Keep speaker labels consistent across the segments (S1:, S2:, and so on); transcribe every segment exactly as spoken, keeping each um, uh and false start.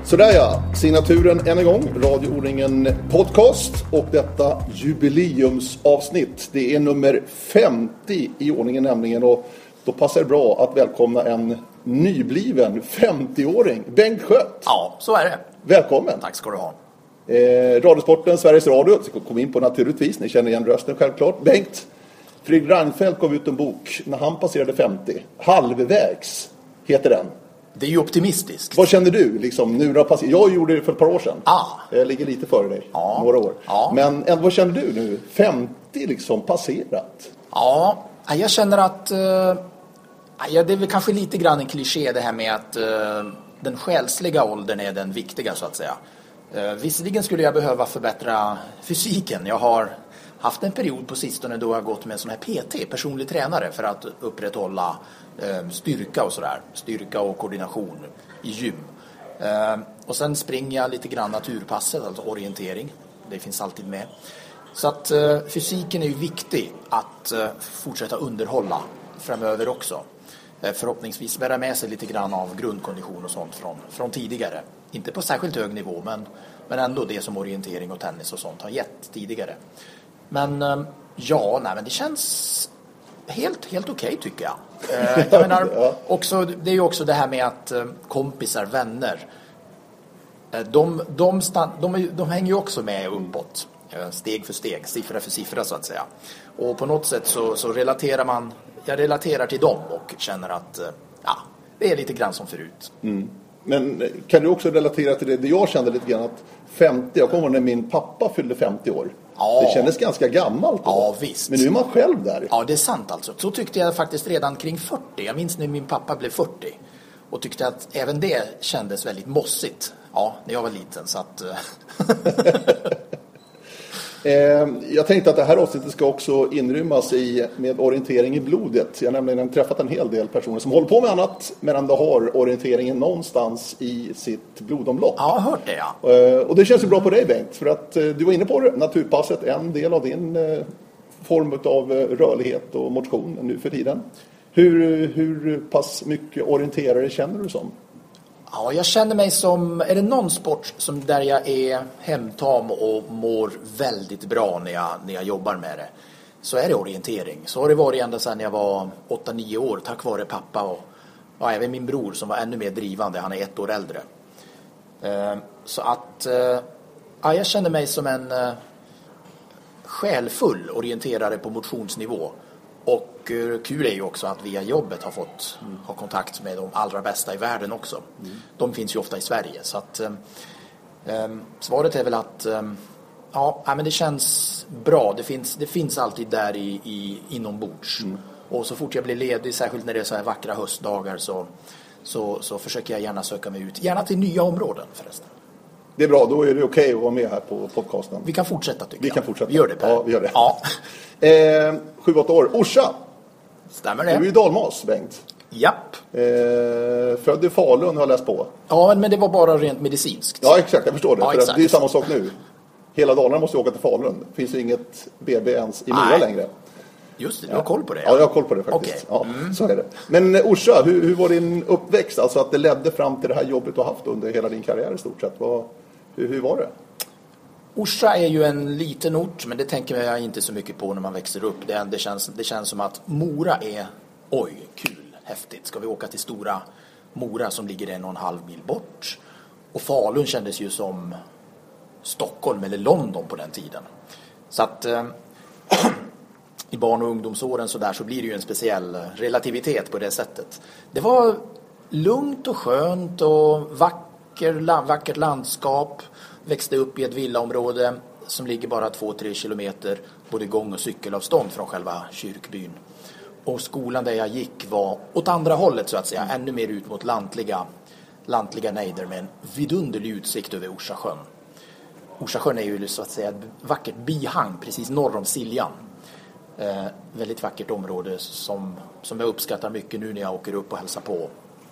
S1: Sådär ja, signaturen än en gång, Radio O-ringen podcast och detta jubileumsavsnitt. Det är nummer femtio i ordningen nämligen och då passar det bra att välkomna en nybliven femtioåring, Bengt Schött.
S2: Ja, så är det.
S1: Välkommen.
S2: Tack ska du ha.
S1: Eh, Radiosporten, Sveriges Radio, så kom in på naturligtvis, ni känner igen rösten självklart. Bengt, Fredrik Reinfeldt gav ut en bok när han passerade femtio. Halvvägs heter den.
S2: Det är ju optimistiskt.
S1: Vad känner du liksom nu när passerat? Jag gjorde det för ett par år sedan.
S2: Ah.
S1: Jag ligger lite före dig,
S2: Ja.
S1: några år.
S2: Ja.
S1: Men ändå, vad känner du nu? femtio liksom passerat.
S2: Ja, jag känner att uh, ja, det är väl kanske lite grann en kliché det här med att uh, den själsliga åldern är den viktiga så att säga. Uh, visserligen skulle jag behöva förbättra fysiken. Jag har haft en period på sistone då jag har gått med en sån här P T, personlig tränare, för att upprätthålla eh, styrka och sådär. Styrka och koordination i gym. Eh, och sen springer jag lite grann naturpasset, alltså orientering. Det finns alltid med. Så att eh, fysiken är ju viktig att eh, fortsätta underhålla framöver också. Eh, förhoppningsvis bära med sig lite grann av grundkondition och sånt från, från tidigare. Inte på särskilt hög nivå, men, men ändå det som orientering och tennis och sånt har gett tidigare. Men ja, nej, men det känns helt, helt okej okay, tycker jag. Eh, jag menar,
S1: ja.
S2: också, det är ju också det här med att eh, kompisar, vänner, eh, de, de, stann, de, de hänger ju också med uppåt. Eh, steg för steg, siffra för siffra så att säga. Och på något sätt så, så relaterar man, jag relaterar till dem och känner att eh, ja, det är lite grann som förut.
S1: Mm. Men kan du också relatera till det, det jag kände lite grann att femtio, jag kommer ihåg när min pappa fyllde femtio år.
S2: Ja.
S1: Det kändes ganska gammalt då.
S2: Ja, visst.
S1: Men nu är man själv där.
S2: Ja, det är sant alltså. Så tyckte jag faktiskt redan kring fyrtio. Jag minns när min pappa blev fyrtio. Och tyckte att även det kändes väldigt mossigt. Ja, när jag var liten så att...
S1: eh, jag tänkte att det här avsnittet ska också inrymmas i, med orientering i blodet. Jag har nämligen träffat en hel del personer som håller på med annat men ändå har orienteringen någonstans i sitt blodomlopp.
S2: Ja, jag har hört det, ja.
S1: Eh, och det känns ju bra på dig, Bengt. För att eh, du var inne på det, naturpasset, en del av din eh, form av eh, rörlighet och motion nu för tiden. Hur, hur pass mycket orienterare känner du som?
S2: Ja, jag känner mig som, är det någon sport som där jag är hemtam och mår väldigt bra när jag, när jag jobbar med det, så är det orientering. Så har det varit ända sedan jag var åtta nio år, tack vare pappa och ja, även min bror som var ännu mer drivande, han är ett år äldre. Eh, så att eh, ja, jag känner mig som en eh, själfull orienterare på motionsnivå. Och uh, kul är ju också att via jobbet har fått mm. ha kontakt med de allra bästa i världen också. Mm. De finns ju ofta i Sverige. Så att, um, um, svaret är väl att um, ja, men det känns bra. Det finns, det finns alltid där i, i, inombords. Mm. Och så fort jag blir ledig, särskilt när det är så här vackra höstdagar, så, så, så försöker jag gärna söka mig ut. Gärna till nya områden förresten.
S1: Det är bra, då är det okej okay att vara med här på podcasten.
S2: Vi kan fortsätta tycker
S1: vi
S2: jag.
S1: Kan fortsätta.
S2: Vi gör det, Per.
S1: Ja, vi gör det.
S2: Ja.
S1: eh, sju, åtta år. Orsa.
S2: Stämmer det?
S1: Du är ju dalmas, Bengt.
S2: Japp.
S1: Eh, född i Falun har jag läst på.
S2: Ja, men det var bara rent medicinskt.
S1: Ja, exakt. Jag förstår det.
S2: Ja,
S1: för
S2: exakt.
S1: det är samma sak nu. Hela Dalarna måste åka till Falun. Det finns ju inget B B ens i Mora längre.
S2: Just det, du har
S1: ja.
S2: koll på det.
S1: Ja, ja jag har koll på det faktiskt.
S2: Okay.
S1: Ja,
S2: mm.
S1: så är det. Men Orsa, hur, hur var din uppväxt? Alltså att det ledde fram till det här jobbet du har haft under hela din karriär i stort sett. Vad, hur, hur var det?
S2: Orsa är ju en liten ort, men det tänker jag inte så mycket på när man växer upp. Det, det, känns, det känns som att Mora är, oj, kul, häftigt. Ska vi åka till stora Mora som ligger en och en halv mil bort? Och Falun kändes ju som Stockholm eller London på den tiden. Så att eh, i barn- och ungdomsåren så där så blir det ju en speciell relativitet på det sättet. Det var lugnt och skönt och vacker, vackert landskap. Växte upp i ett villaområde som ligger bara två tre kilometer både gång- och cykelavstånd från själva kyrkbyn. Och skolan där jag gick var åt andra hållet så att säga, ännu mer ut mot lantliga, lantliga nejder med en vidunderlig utsikt över Orsasjön. Orsasjön är ju så att säga ett vackert bihang precis norr om Siljan. Eh, väldigt vackert område som, som jag uppskattar mycket nu när jag åker upp och hälsar på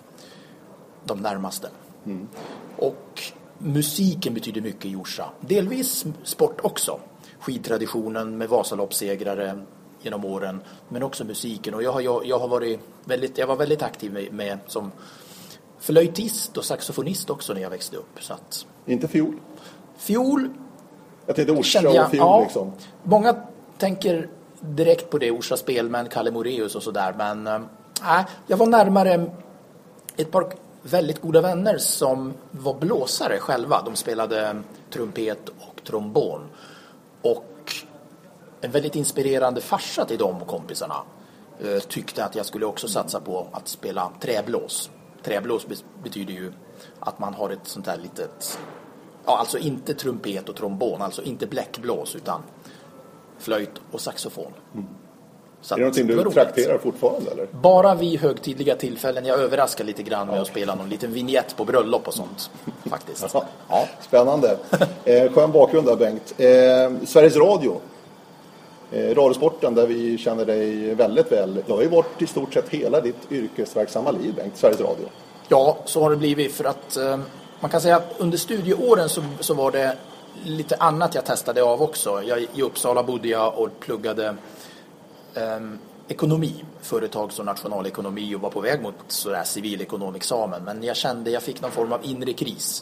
S2: de närmaste. Mm. Och musiken betyder mycket i Orsa. Delvis sport också. Skidtraditionen med Vasaloppssegrare genom åren, men också musiken. Och jag har, jag, jag har varit väldigt, jag var väldigt aktiv med, med som flöjtist och saxofonist också när jag växte upp. Så att,
S1: inte fiol?
S2: Fiol.
S1: Jag tänkte Orsa
S2: jag,
S1: och fiol
S2: ja,
S1: liksom.
S2: Många tänker direkt på det, Orsa Spelmän, Kalle Moraeus och sådär. Men äh, jag var närmare ett par väldigt goda vänner som var blåsare själva. De spelade trumpet och trombon. Och en väldigt inspirerande farsa till de kompisarna eh, tyckte att jag skulle också satsa på att spela träblås. Träblås betyder ju att man har ett sånt här litet, ja, alltså inte trumpet och trombon, alltså inte bläckblås utan flöjt och saxofon. Mm.
S1: Så är det någonting du trakterar fortfarande eller?
S2: Bara vid högtidliga tillfällen. Jag överraskar lite grann med ja. att spela någon liten vignett på bröllop och sånt faktiskt.
S1: Ja. Ja. Spännande. Eh, skön bakgrund där, Bengt. Eh, Sveriges Radio. Eh, Radiosporten där vi känner dig väldigt väl. Du har ju varit i stort sett hela ditt yrkesverksamma liv, Bengt, Sveriges Radio. Ja, så har det blivit för att eh, man kan säga att under studieåren så, så var det lite annat jag testade av också. Jag, i Uppsala bodde jag och pluggade Um, ekonomi, företags- och nationalekonomi och var på väg mot sådär civilekonomexamen, men jag kände jag fick någon form av inre kris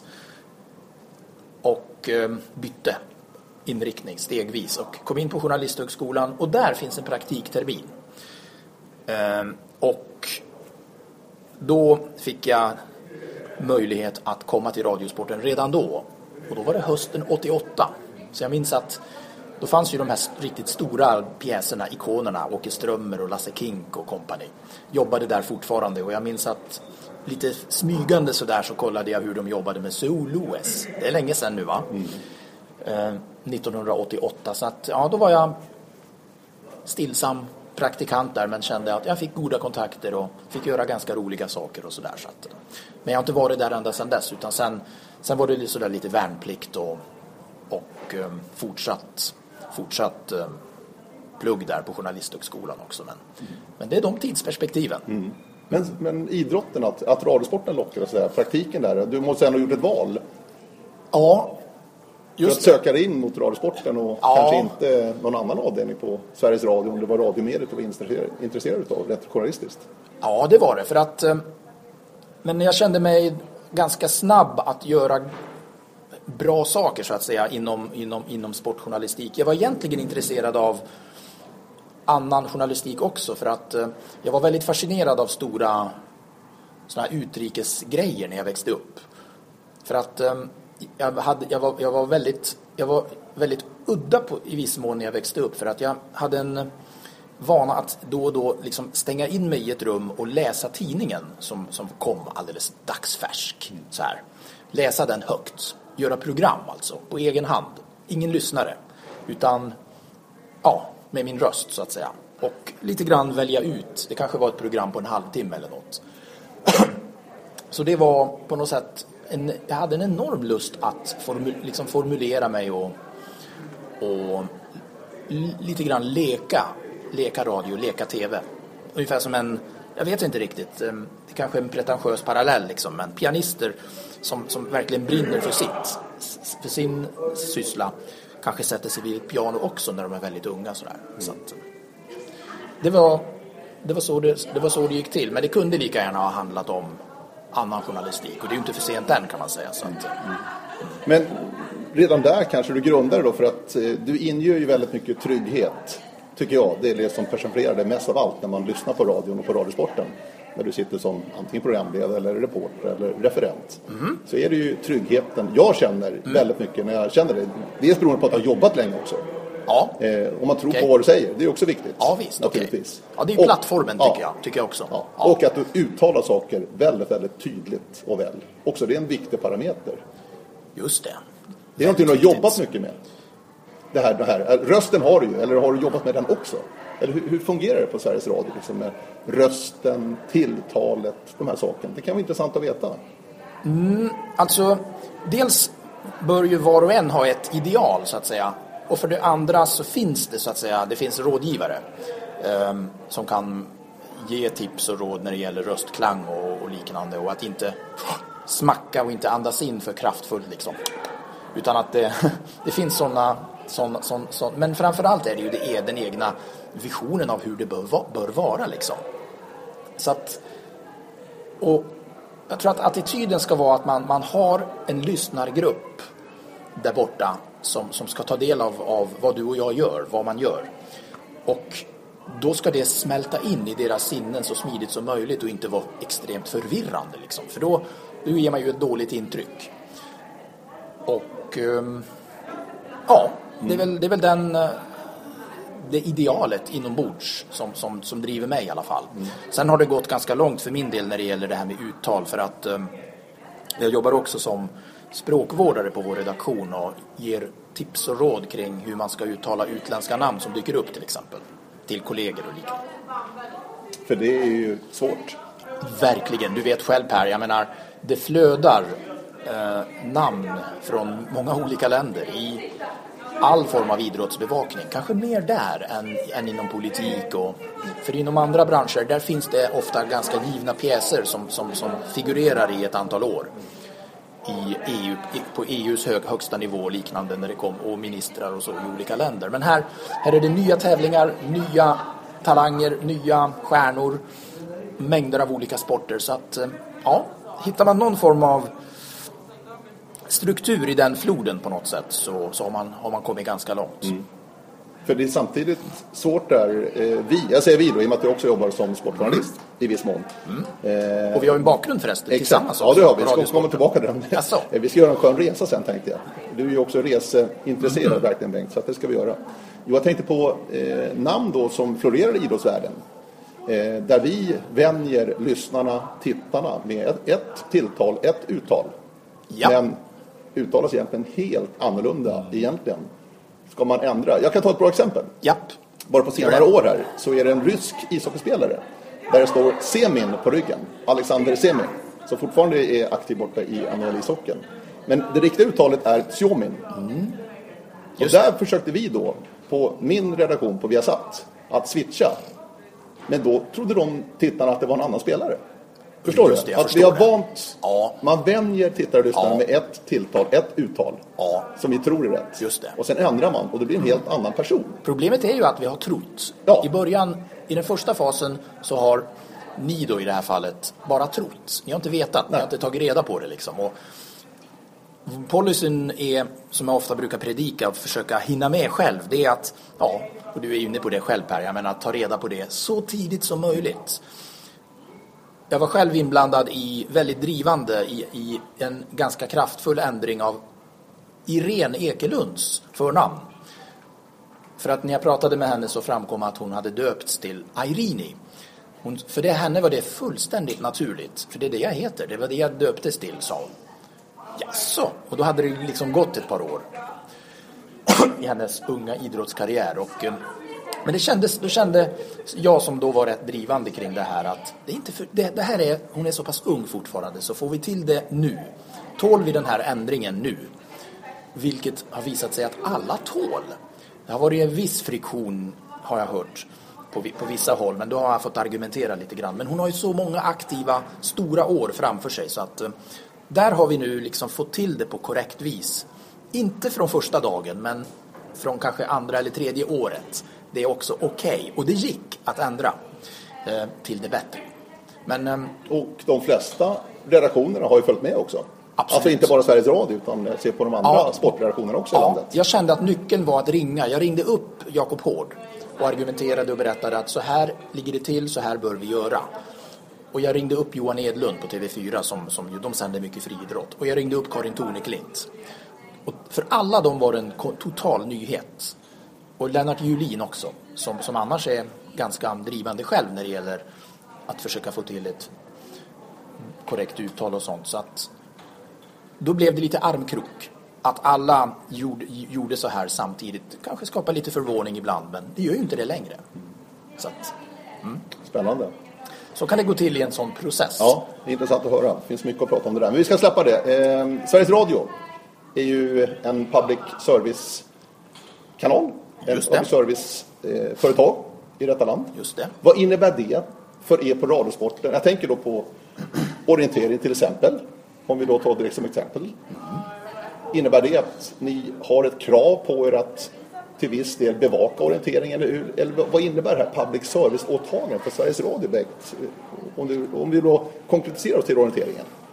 S1: och um, bytte inriktning stegvis och kom in på Journalisthögskolan och där finns en praktiktermin um, och då fick jag möjlighet att komma till Radiosporten redan då och då var det hösten åttioåtta, så jag minns att då fanns ju de här riktigt stora pjäserna, ikonerna, Åke Strömmer och Lasse Kink och kompani. Jobbade där fortfarande och jag minns att lite smygande sådär så kollade jag hur de jobbade med Seoul-O S. Det är länge sedan nu va? Mm. Eh, nittonhundraåttioåtta. Så att, ja, då var jag stillsam praktikant där men kände att jag fick goda kontakter och fick göra ganska roliga saker och sådär. Så att, men jag har inte varit där ända sedan dess utan sen, sen var det sådär lite värnplikt och, och um, fortsatt fortsatt eh, plugg där på Journalisthögskolan också. Men, mm. men det är de tidsperspektiven. Mm. Men, men idrotten, att, att radiosporten lockar och sådär, praktiken där, du måste ändå ha gjort ett val. Ja, just för att söka dig in mot radiosporten och ja. kanske inte någon annan avdelning på Sveriges Radio om det var radiomediet du var intresserad, intresserad av, rätt journalistiskt. Ja, det var det. För att, eh, men jag kände mig ganska snabb att göra bra saker så att säga inom, inom, inom sportjournalistik. Jag var egentligen intresserad av annan journalistik också för att eh, jag var väldigt fascinerad av stora såna här utrikesgrejer när jag växte upp. För att eh, jag, hade, jag, var, jag, var väldigt, jag var väldigt udda på, i viss mån när jag växte upp för att jag hade en vana att då och då liksom stänga in mig i ett rum och läsa tidningen som, som kom alldeles dagsfärsk. Så här. Läsa den högt. Göra program alltså, på egen hand. Ingen lyssnare, utan ja, med min röst så att säga. Och lite grann välja ut, det kanske var ett program på en halvtimme eller något. Så det var på något sätt, en, jag hade en enorm lust att formul, liksom formulera mig och, och lite grann leka, leka radio, leka tv. Ungefär som en, jag vet inte riktigt, det är kanske en pretentiös parallell liksom, men pianister som, som verkligen brinner för sitt, för sin syssla kanske sätter sig vid ett piano också när de är väldigt unga sådär. Mm. Så att, det var det var så det, det var så det gick till, men det kunde lika gärna ha handlat om annan journalistik och det är ju inte för sent än kan man säga så att, mm. Men redan där kanske du grundade då för att du inger ju väldigt mycket trygghet tycker jag. Det är det som personifierar det mest av allt när man lyssnar på radion och på radiosporten. När du sitter som antingen programledare eller reporter eller referent. Mm. Så är det ju tryggheten jag känner mm. väldigt mycket när jag känner det. Dels beroende på att jag har jobbat länge också. Ja. Eh, om man tror okay. på vad du säger. Det är också viktigt. Ja, visst. Naturligtvis. Okay. Ja, det är ju plattformen tycker ja. jag. Tycker jag också. Ja. Ja. Och att du uttalar saker väldigt, väldigt tydligt och väl. Också det är en viktig parameter. Just det. Det är någonting du har jobbat mycket med. Det här, det här. Rösten har du ju, eller har du jobbat med den också? Eller hur, hur fungerar det på Sveriges Radio liksom med rösten, tilltalet, de här sakerna? Det kan vara intressant att veta. Mm, alltså, dels bör ju var och en ha ett ideal så att säga. Och för det andra så finns det så att säga, det finns rådgivare eh, som kan ge tips och råd när det gäller röstklang och, och liknande. Och att inte smacka och inte andas in för kraftfullt liksom. Utan att det, det finns sådana, såna, såna, såna, men framförallt är det ju det är den egna visionen av hur det bör, bör vara liksom. Så att, och
S2: jag tror att attityden ska vara att man, man har en lyssnargrupp där borta som, som ska ta del av, av vad du och jag gör, vad man gör. Och då ska det smälta in i deras sinnen så smidigt som möjligt och inte vara extremt förvirrande. Liksom. För då, då ger man ju ett dåligt intryck. Och um, ja, det är väl, det är väl den, det idealet inombords som, som, som driver mig i alla fall. Mm. Sen har det gått ganska långt för min del när det gäller det här med uttal. För att um, jag jobbar också som språkvårdare på vår redaktion och ger tips och råd kring hur man ska uttala utländska namn som dyker upp till exempel. Till kollegor och liknande.
S1: För det är ju svårt.
S2: Verkligen, du vet själv Per, jag menar, det flödar eh, namn från många olika länder i all form av idrottsbevakning. Kanske mer där än, än inom politik. Och, för inom andra branscher, där finns det ofta ganska givna pjäser som, som, som figurerar i ett antal år. I E U, på E U:s hög, högsta nivå och liknande när det kom och ministrar och så i olika länder. Men här, här är det nya tävlingar, nya talanger, nya stjärnor, mängder av olika sporter. Så att, ja, hittar man någon form av struktur i den floden på något sätt så, så har, man, har man kommit ganska långt. Mm.
S1: För det är samtidigt svårt där, eh, vi, jag säger vi då, i och med att jag också jobbar som sportjournalist mm. i viss mån. Mm.
S2: Eh, och vi har en bakgrund förresten
S1: exakt.
S2: Tillsammans.
S1: Ja, det har vi. Vi ska komma tillbaka till den.
S2: Alltså.
S1: Vi ska göra en skön resa sen, tänkte jag. Du är ju också reseintresserad mm. verkligen, Bengt, så att det ska vi göra. Jo, jag tänkte på eh, namn då som florerar i idrottsvärlden. Eh, där vi vänjer lyssnarna, tittarna med ett, ett tilltal, ett uttal. Ja. Men uttalas egentligen helt annorlunda mm. egentligen. Ska man ändra? Jag kan ta ett bra exempel.
S2: Japp.
S1: Bara på senare år här så är det en rysk ishockeyspelare där det står Semin på ryggen. Alexander Semin. Som fortfarande är aktiv borta i N H L-ishockeyn. Men det riktiga uttalet är Tjomin. Mm. Och där försökte vi då på min redaktion på Viasat att switcha. Men då trodde de tittarna att det var en annan spelare. Förstår
S2: Just
S1: du?
S2: Det,
S1: att vi har
S2: det.
S1: vant,
S2: ja.
S1: Man vänjer tittare och lyssnare ja. med ett tilltal, ett uttal
S2: ja.
S1: som vi tror är rätt.
S2: Just det.
S1: Och sen ändrar man och det blir en helt annan person.
S2: Problemet är ju att vi har trott.
S1: Ja.
S2: I början, i den första fasen så har ni då i det här fallet bara trott. Ni har inte vetat, Nej. Ni har inte tagit reda på det liksom. Och policyn är, som jag ofta brukar predika och försöka hinna med själv, det är att, ja, och du är inne på det själv Per, jag menar att ta reda på det så tidigt som möjligt. Jag var själv inblandad i, väldigt drivande i, i en ganska kraftfull ändring av Irene Ekelunds förnamn. För att när jag pratade med henne så framkom att hon hade döpts till Irini. Hon, för det, henne var det fullständigt naturligt. För det är det jag heter, det var det jag döptes till, sa hon. Jaså, och då hade det liksom gått ett par år i hennes unga idrottskarriär. Och, men det kändes, då kände jag som då var rätt drivande kring det här att det, är inte för, det, det här är, hon är så pass ung fortfarande, så får vi till det nu. Tål vi den här ändringen nu? Vilket har visat sig att alla tål. Det har varit en viss friktion, har jag hört, på, på vissa håll. Men då har jag fått argumentera lite grann. Men hon har ju så många aktiva, stora år framför sig. Så att där har vi nu liksom fått till det på korrekt vis. Inte från första dagen, men från kanske andra eller tredje året. Det är också okej. Okay. Och det gick att ändra eh, till det bättre. Men, eh,
S1: och de flesta redaktionerna har ju följt med också. Absolut. Alltså inte bara Sveriges Radio utan se på de andra ja. sportredaktionerna också i
S2: ja.
S1: landet.
S2: Jag kände att nyckeln var att ringa. Jag ringde upp Jakob Hård och argumenterade och berättade att så här ligger det till, så här bör vi göra. Och jag ringde upp Johan Edlund på T V fyra som, som ju, de sänder mycket friidrott. Och jag ringde upp Karin Torneklint. Och för alla de var det en total nyhet. Och Lennart Julin också, som, som annars är ganska drivande själv när det gäller att försöka få till ett korrekt uttal och sånt. Så att då blev det lite armkrok. Att alla gjorde, gjorde så här samtidigt. Kanske skapar lite förvåning ibland, men det gör ju inte det längre. Så att,
S1: mm. Spännande.
S2: Så kan det gå till i en sån process.
S1: Ja, det är intressant att höra. Det finns mycket att prata om det där. Men vi ska släppa det. Eh, Sveriges Radio är ju en public service-kanal. En public service-företag i detta land.
S2: Just det.
S1: Vad innebär det för er på radiosporten? Jag tänker då på orientering till exempel. Om vi då tar direkt som exempel. Mm. Innebär det att ni har ett krav på er att till viss del bevaka orienteringen? Eller, eller vad innebär det här public service-åtagandet för Sveriges Radio? Om, du, om vi då konkretiserar oss till orienteringen.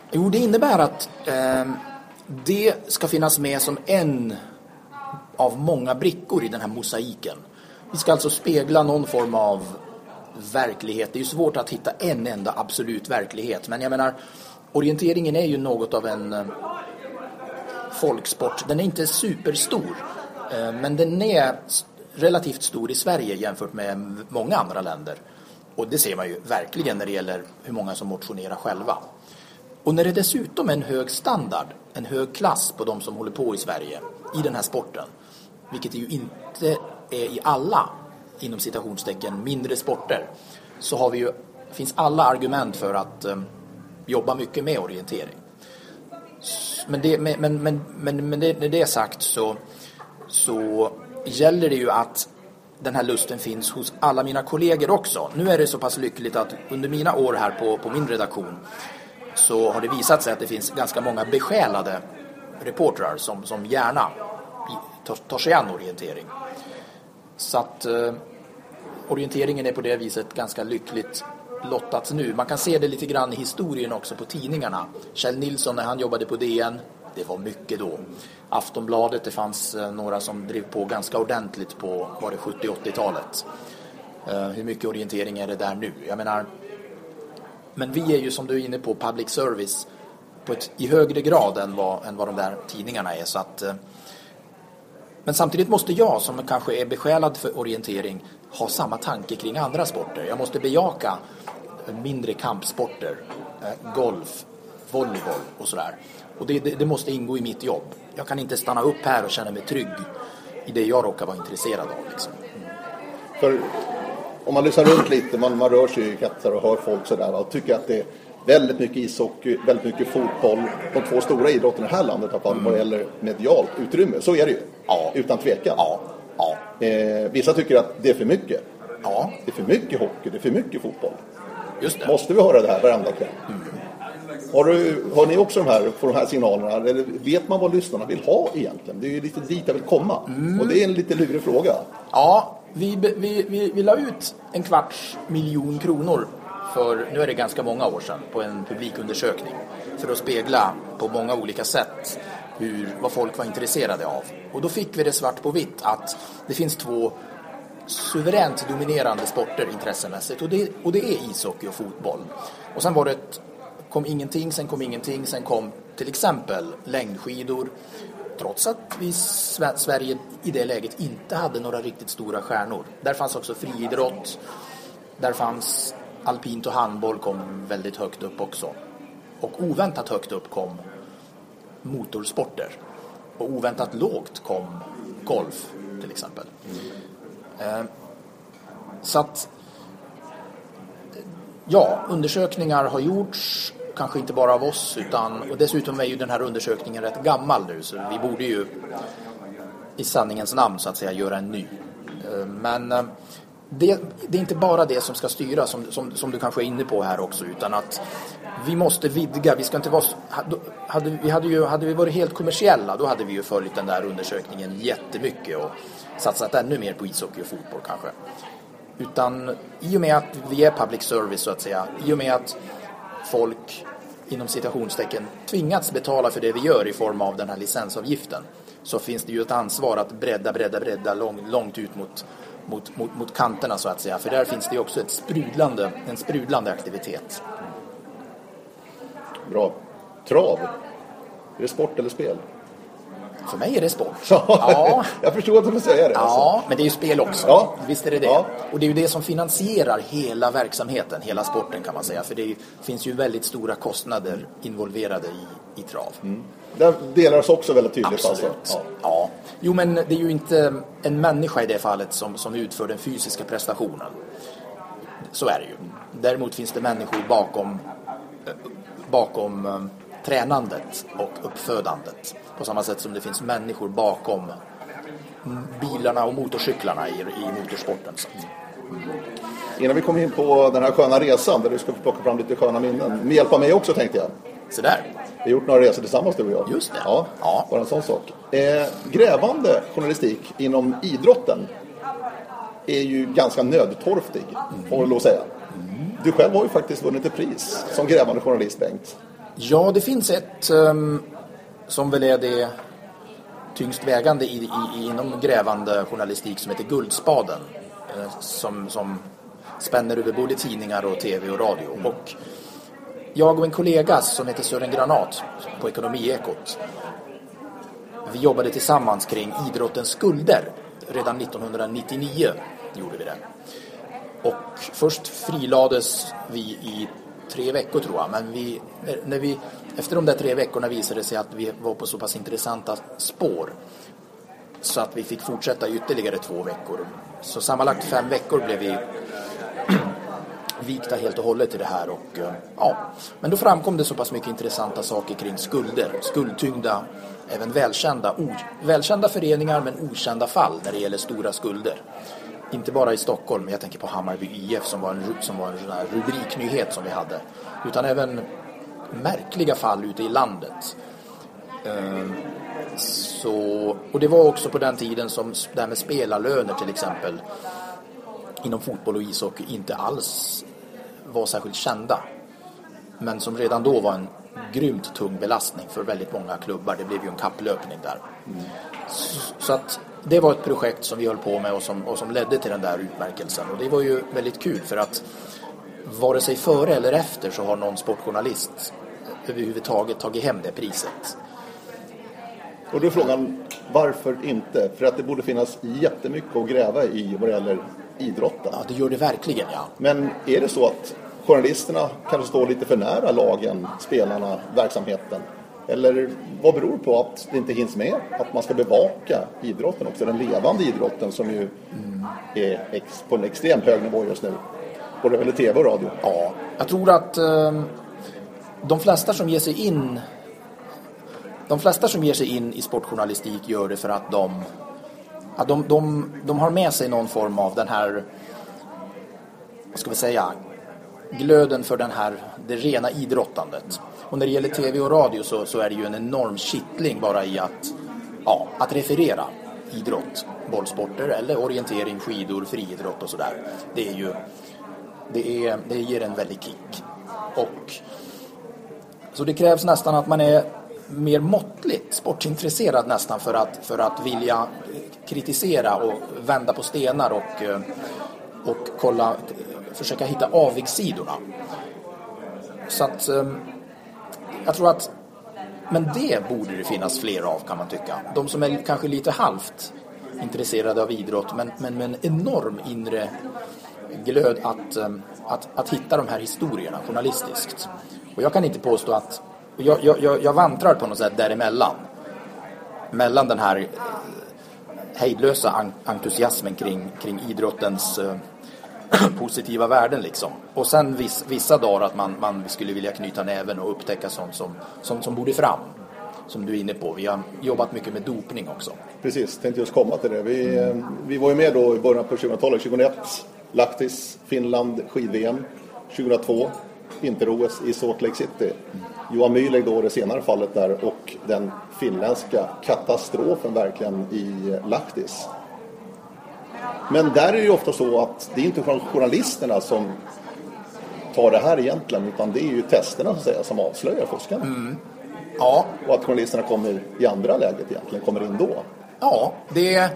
S2: Jo, det innebär att eh, det ska finnas med som en av många brickor i den här mosaiken. Vi ska alltså spegla någon form av verklighet. Det är ju svårt att hitta en enda absolut verklighet. Men jag menar, orienteringen är ju något av en eh, folksport. Den är inte superstor. Eh, men den är relativt stor i Sverige jämfört med många andra länder. Och det ser man ju verkligen när det gäller hur många som motionerar själva. Och när det dessutom är en hög standard, en hög klass på de som håller på i Sverige i den här sporten, vilket det ju inte är i alla, inom citationstecken, mindre sporter, så har vi ju, finns alla argument för att um, jobba mycket med orientering. Men, det, men, men, men, men det, när det är sagt så, så gäller det ju att den här lusten finns hos alla mina kollegor också. Nu är det så pass lyckligt att under mina år här på, på min redaktion så har det visat sig att det finns ganska många besjälade reportrar som, som gärna tar, tar sig an orientering. Så att eh, orienteringen är på det viset ganska lyckligt lottats nu. Man kan se det lite grann i historien också på tidningarna. Kjell Nilsson när han jobbade på D N, det var mycket då. Aftonbladet, det fanns eh, några som drev på ganska ordentligt på var det sjuttio-åttiotalet. Eh, hur mycket orientering är det där nu? Jag menar, men vi är ju som du är inne på public service på ett, i högre grad än vad, än vad de där tidningarna är. Så att, eh, men samtidigt måste jag som kanske är besjälad för orientering ha samma tanke kring andra sporter. Jag måste bejaka mindre kampsporter, eh, golf, volleyboll och sådär. Och det, det, det måste ingå i mitt jobb. Jag kan inte stanna upp här och känna mig trygg i det jag råkar vara intresserad av. Liksom. Mm.
S1: För om man lyssnar runt lite, man, man rör sig i kretsar och hör folk sådär och tycker att det är väldigt mycket ishockey, väldigt mycket fotboll. De två stora idrotterna i det här landet har mm. vad gäller medialt utrymme. Så är det ju, ja. Utan tvekan.
S2: Ja. Ja.
S1: Eh, vissa tycker att det är för mycket.
S2: Ja.
S1: Det är för mycket hockey, det är för mycket fotboll.
S2: Just det.
S1: Måste vi höra det här varenda kväll? Mm. Har, du, har ni också de här, de här signalerna? Eller vet man vad lyssnarna vill ha egentligen? Det är ju lite dit jag vill komma. Mm. Och det är en lite lurig fråga.
S2: Ja, vi, vi, vi, vi la ut en kvarts miljon kronor för, nu är det ganska många år sedan, på en publikundersökning. För att spegla på många olika sätt hur, vad folk var intresserade av. Och då fick vi det svart på vitt att det finns två suveränt dominerande sporter intressemässigt. Och det, och det är ishockey och fotboll. Och sen var det ett, kom ingenting, sen kom ingenting, sen kom till exempel längdskidor. Trots att vi Sverige i det läget inte hade några riktigt stora stjärnor. Där fanns också friidrott. Där fanns alpint och handboll kom väldigt högt upp också. Och oväntat högt upp kom motorsporter. Och oväntat lågt kom golf till exempel. Mm. Eh, så att ja, undersökningar har gjorts, kanske inte bara av oss, utan, och dessutom är ju den här undersökningen rätt gammal nu, så vi borde ju i sanningens namn så att säga göra en ny. Eh, men eh, det, det är inte bara det som ska styra som, som, som du kanske är inne på här också, utan att vi måste vidga, vi ska inte vara, hade, vi hade ju, hade vi varit helt kommersiella, då hade vi ju följt den där undersökningen jättemycket och satsat ännu mer på ishockey och fotboll kanske. Utan i och med att vi är public service så att säga, i och med att folk inom citationstecken tvingats betala för det vi gör i form av den här licensavgiften, så finns det ju ett ansvar att bredda, bredda, bredda lång, långt ut mot, mot, mot, mot kanterna så att säga. För där finns det ju också ett sprudlande, en sprudlande aktivitet.
S1: Bra. Trav. Är det sport eller spel?
S2: För mig är det sport.
S1: Ja. Jag förstår att du vill säga det.
S2: Ja,
S1: alltså.
S2: Men det är ju spel också.
S1: Ja.
S2: Visst är det det.
S1: Ja.
S2: Och det är ju det som finansierar hela verksamheten, hela sporten kan man säga. För det är, finns ju väldigt stora kostnader involverade i, i trav. Mm.
S1: Det delas också väldigt tydligt.
S2: Absolut. Alltså. Ja. Ja. Jo, men det är ju inte en människa i det fallet som, som utför den fysiska prestationen. Så är det ju. Däremot finns det människor bakom, bakom um, tränandet och uppfödandet. På samma sätt som det finns människor bakom bilarna och motorcyklarna i, i motorsporten. Mm.
S1: Innan vi kommer in på den här sköna resan där du ska få plocka fram lite sköna minnen. Med hjälp av mig också tänkte jag.
S2: Så där.
S1: Vi har gjort några resor tillsammans du och jag.
S2: Just det.
S1: Ja,
S2: ja.
S1: Bara en sån sak. Eh, grävande journalistik inom idrotten är ju ganska nödtorftig, mm. får man lov att säga. Mm. Du själv har ju faktiskt vunnit ett pris som grävande journalist, Bengt.
S2: Ja, det finns ett um, som väl är det tyngst vägande i, i, inom grävande journalistik som heter Guldspaden. Eh, som, som spänner över både tidningar och tv och radio. Mm. Och jag och en kollega som heter Sören Granat på Ekonomiekot, vi jobbade tillsammans kring idrottens skulder. Redan nittonhundranittionio gjorde vi det. Och först frilades vi i tre veckor tror jag. Men vi, när vi, efter de där tre veckorna visade det sig att vi var på så pass intressanta spår så att vi fick fortsätta ytterligare två veckor. Så sammanlagt fem veckor blev vi vikta helt och hållet till det här. Och, ja. Men då framkom det så pass mycket intressanta saker kring skulder. Skuldtyngda, även välkända, o, välkända föreningar men okända fall när det gäller stora skulder. Inte bara i Stockholm, men jag tänker på Hammarby I F som var en, som var en sån här rubriknyhet som vi hade. Utan även märkliga fall ute i landet. Ehm, så, och det var också på den tiden som det här med spelarlöner till exempel inom fotboll och ishockey inte alls var särskilt kända. Men som redan då var en grymt tung belastning för väldigt många klubbar. Det blev ju en kapplöpning där. Mm. Så, så att det var ett projekt som vi höll på med och som, och som ledde till den där utmärkelsen. Och det var ju väldigt kul för att vare sig före eller efter så har någon sportjournalist överhuvudtaget tagit hem det priset.
S1: Och då är frågan, varför inte? För att det borde finnas jättemycket att gräva i vad det gäller idrotten.
S2: Ja, det gör det verkligen, ja.
S1: Men är det så att journalisterna kanske står lite för nära lagen, spelarna, verksamheten? Eller vad beror på att det inte hinns med? Att man ska bevaka idrotten också, den levande idrotten som ju mm. är ex, på en extremt hög nivå just nu. Både väl tv och radio.
S2: Ja, jag tror att eh, de flesta som ger sig in de flesta som ger sig in i sportjournalistik gör det för att de att de, de, de har med sig någon form av den här, vad ska vi säga, glöden för den här, det rena idrottandet. Och när det gäller tv och radio så, så är det ju en enorm kittling bara i att, ja, att referera idrott, bollsporter eller orientering, skidor, friidrott och sådär. Det är ju, det, är, det ger en väldig kick. Och så det krävs nästan att man är mer måttligt sportintresserad nästan för att, för att vilja kritisera och vända på stenar och, och kolla, försöka hitta avigsidorna. Så att jag tror att, men det borde det finnas fler av, kan man tycka. De som är kanske lite halvt intresserade av idrott men, men med en enorm inre glöd att, att, att hitta de här historierna journalistiskt. Och jag kan inte påstå att jag, jag, jag vantrar på något sätt däremellan. Mellan den här hejdlösa entusiasmen kring, kring idrottens positiva värden liksom. Och sen viss, vissa dagar att man, man skulle vilja knyta näven och upptäcka sånt som, som, som borde fram. Som du är inne på. Vi har jobbat mycket med dopning också.
S1: Precis, tänkte just komma till det. Vi, mm. vi var ju med då i början på tjugohundratolv, tjugohundraett, Lahtis, Finland, skid-V M, tjugohundratvå, vinter-O S i Salt Lake City. Mm. Johan Mühlegg då det senare fallet där och den finländska katastrofen verkligen i Lahtis. Men där är det ju ofta så att det är inte från journalisterna som tar det här egentligen, utan det är ju testerna så att säga, som avslöjar fuskarna. Mm.
S2: Ja.
S1: Och att journalisterna kommer i andra läget egentligen, kommer in då.
S2: Ja, det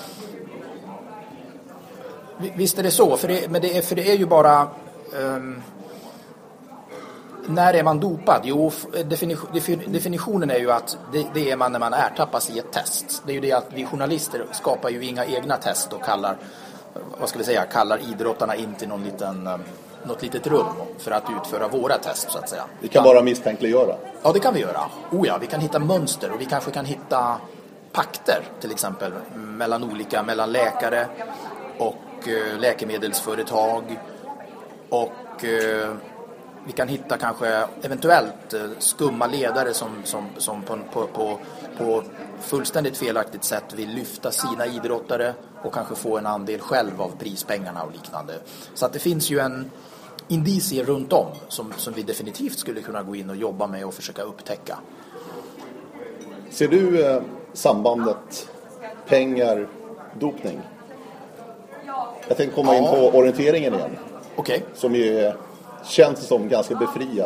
S2: visst är det så, för det, men det är, för det är ju bara um... när är man dopad? Jo, definitionen är ju att det, det är man när man ertappas i ett test. Det är ju det att vi journalister skapar ju inga egna test och kallar, vad ska vi säga, kallar idrottarna in till någon liten, något litet rum för att utföra våra test så att säga.
S1: Vi kan bara misstänkliggöra.
S2: Ja, det kan vi göra. Oh ja, vi kan hitta mönster och vi kanske kan hitta pakter till exempel mellan olika, mellan läkare och eh, läkemedelsföretag och eh, vi kan hitta kanske eventuellt skumma ledare som, som, som på, på, på, på fullständigt felaktigt sätt vill lyfta sina idrottare och kanske få en andel själv av prispengarna och liknande. Så att det finns ju en indicier runt om som, som vi definitivt skulle kunna gå in och jobba med och försöka upptäcka.
S1: Ser du eh, sambandet pengar, dopning? Jag tänkte komma ja. in på orienteringen igen.
S2: Okej. Okay.
S1: Som ju är känns som ganska befriad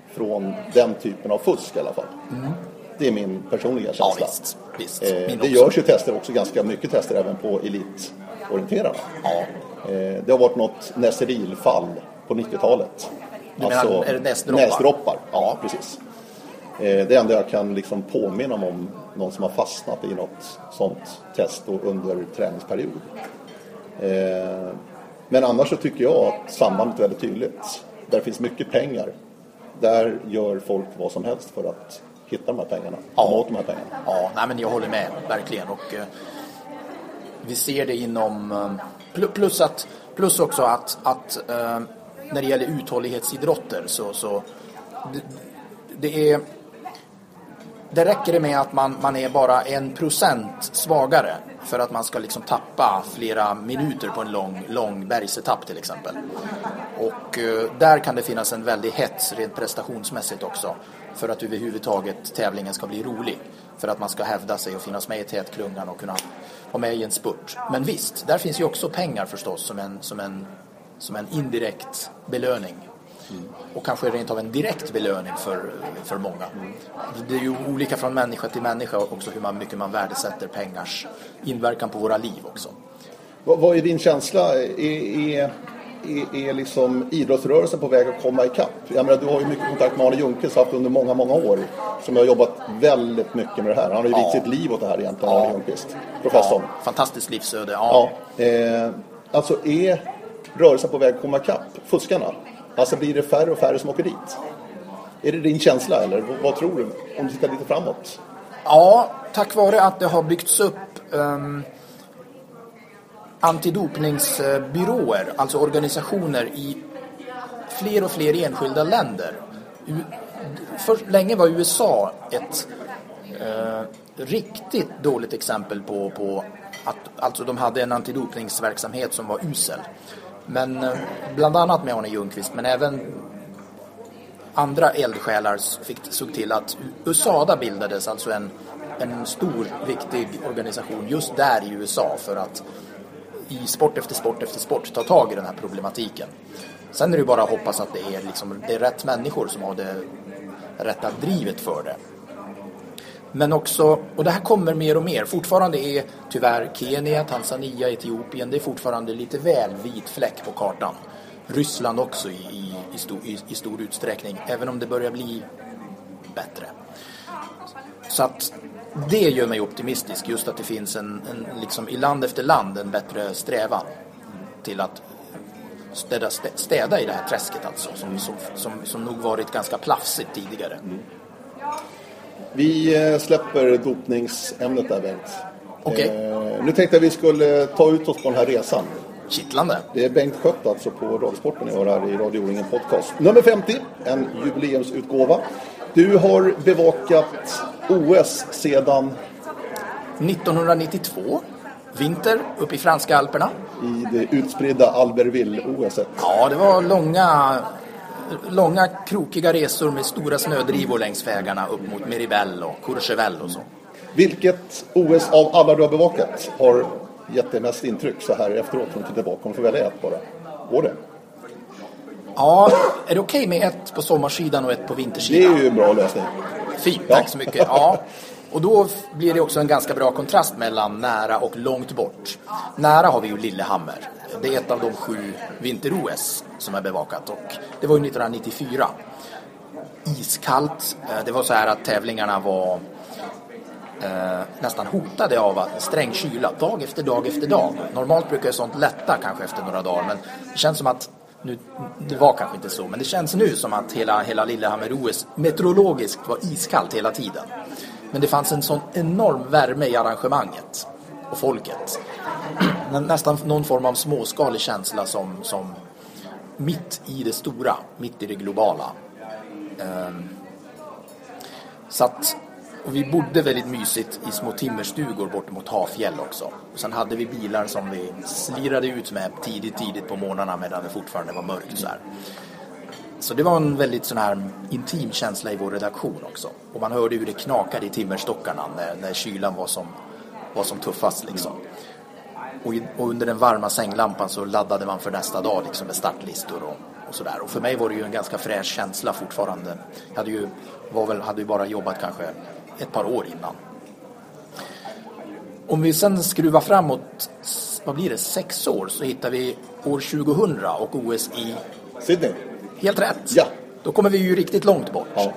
S1: från den typen av fusk i alla fall. Mm. Det är min personliga känsla.
S2: Ja, visst, visst.
S1: Eh, det görs ju tester också, ganska mycket tester även på elitorienterarna.
S2: Ja.
S1: Eh, det har varit något näserilfall på nittiotalet.
S2: Du alltså, menar, är det näsdroppar?
S1: Näsdroppar, ja precis. Eh, det enda jag kan liksom påminna om någon som har fastnat i något sånt test under träningsperiod. Eh, men annars så tycker jag att sambandet är väldigt tydligt. Där finns mycket pengar. Där gör folk vad som helst för att hitta de här pengarna.
S2: Ja,
S1: åt de här pengarna.
S2: Ja, nej, men jag håller med, verkligen. Och eh, vi ser det inom... Eh, plus, att, plus också att, att eh, när det gäller uthållighetsidrotter så... så det, det är... Det räcker det med att man, man är bara en procent svagare för att man ska liksom tappa flera minuter på en lång, lång bergsetapp till exempel. Och eh, där kan det finnas en väldig hets rent prestationsmässigt också för att överhuvudtaget tävlingen ska bli rolig. För att man ska hävda sig och finnas med i tätklungan och kunna vara med i en spurt. Men visst, där finns ju också pengar förstås som en, som en, som en indirekt belöning. Mm. Och kanske rent av en direkt belöning för, för många. Mm. Det är ju olika från människa till människa också hur man, mycket man värdesätter pengars inverkan på våra liv också.
S1: Vad, vad är din känsla? Är, är, är, är liksom idrottsrörelsen på väg att komma ikapp? Jag menar, du har ju mycket kontakt med Arne Ljungqvist haft under många, många år. Som har jobbat väldigt mycket med det här. Han har ju vikt ja. sitt liv åt det här egentligen, ja. Arne Ljungqvist. Professorn.
S2: Ja, fantastiskt livsöde, ja.
S1: ja eh, alltså är rörelsen på väg att komma ikapp fuskarna? Alltså blir det färre och färre som åker dit? Är det din känsla eller vad tror du om du tittar lite framåt?
S2: Ja, tack vare att det har byggts upp um, antidopningsbyråer, alltså organisationer i fler och fler enskilda länder. För länge var U S A ett uh, riktigt dåligt exempel på, på att alltså de hade en antidopningsverksamhet som var usel. Men bland annat med Arne Ljungqvist, men även andra eldsjälar fick, såg till att U S A D A bildades, alltså en, en stor, viktig organisation just där i U S A för att i sport efter sport efter sport ta tag i den här problematiken. Sen är det bara att hoppas att det är, liksom, det är rätt människor som har det rätta drivet för det. Men också, och det här kommer mer och mer, fortfarande är tyvärr Kenya, Tanzania, Etiopien, det är fortfarande lite väl vit fläck på kartan. Ryssland också i, i, i, stor, i, i stor utsträckning, även om det börjar bli bättre. Så att det gör mig optimistisk, just att det finns en, en liksom i land efter land en bättre strävan till att städa, städa i det här träsket alltså, som, som, som, som nog varit ganska plafsigt tidigare. Mm.
S1: Vi släpper dopningsämnet där, Bengt.
S2: Okay.
S1: Eh, nu tänkte jag att vi skulle ta ut oss på den här resan.
S2: Kittlande.
S1: Det är Bengt Schött alltså på Radiosporten i år här i Radio O-ringen podcast. Nummer femtio, en jubileumsutgåva. Du har bevakat O S sedan
S2: nittonhundranittiotvå. Vinter uppe i franska Alperna.
S1: I det utspridda Albertville-O S.
S2: Ja, det var långa... Långa krokiga resor med stora snödrivor längs vägarna upp mot Meribel och Courchevel och så.
S1: Vilket O S av alla du har bevakat har gett dig mest intryck så här efteråt från tillbaka? Om du får välja ett bara. Går det?
S2: Ja, är det okej med ett på sommarsidan och ett på vintersidan?
S1: Det är ju en bra lösning.
S2: Fint, tack så mycket. Ja. Och då blir det också en ganska bra kontrast mellan nära och långt bort. Nära har vi ju Lillehammer. Det är ett av de sju vinter-O S som är bevakat och det var ju nittonhundranittiofyra. Iskallt. Det var så här att tävlingarna var eh, nästan hotade av att sträng kyla dag efter dag efter dag. Normalt brukar sånt lätta kanske efter några dagar, men det känns som att nu, det var kanske inte så, men det känns nu som att hela, hela Lillehammer-O S meteorologiskt var iskallt hela tiden. Men det fanns en sån enorm värme i arrangemanget och folket. Nästan någon form av småskalig känsla som, som mitt i det stora, mitt i det globala. Um, så att, och vi bodde väldigt mysigt i små timmerstugor bort mot Hafjäll också. Och sen hade vi bilar som vi slirade ut med tidigt, tidigt på morgnarna medan det fortfarande var mörkt så här. Så det var en väldigt sån här intim känsla i vår redaktion också. Och man hörde hur det knakade i timmerstockarna när, när kylan var som, var som tuffast liksom. Och, i, och under den varma sänglampan så laddade man för nästa dag liksom med startlistor och, och sådär. Och för mig var det ju en ganska fräsch känsla fortfarande. Jag hade ju, var väl, hade ju bara jobbat kanske ett par år innan. Om vi sen skruvar framåt, vad blir det, sex år, så hittar vi år tjugohundra och O S i
S1: Sydney.
S2: Helt rätt.
S1: Ja.
S2: Då kommer vi ju riktigt långt bort.
S1: Ja.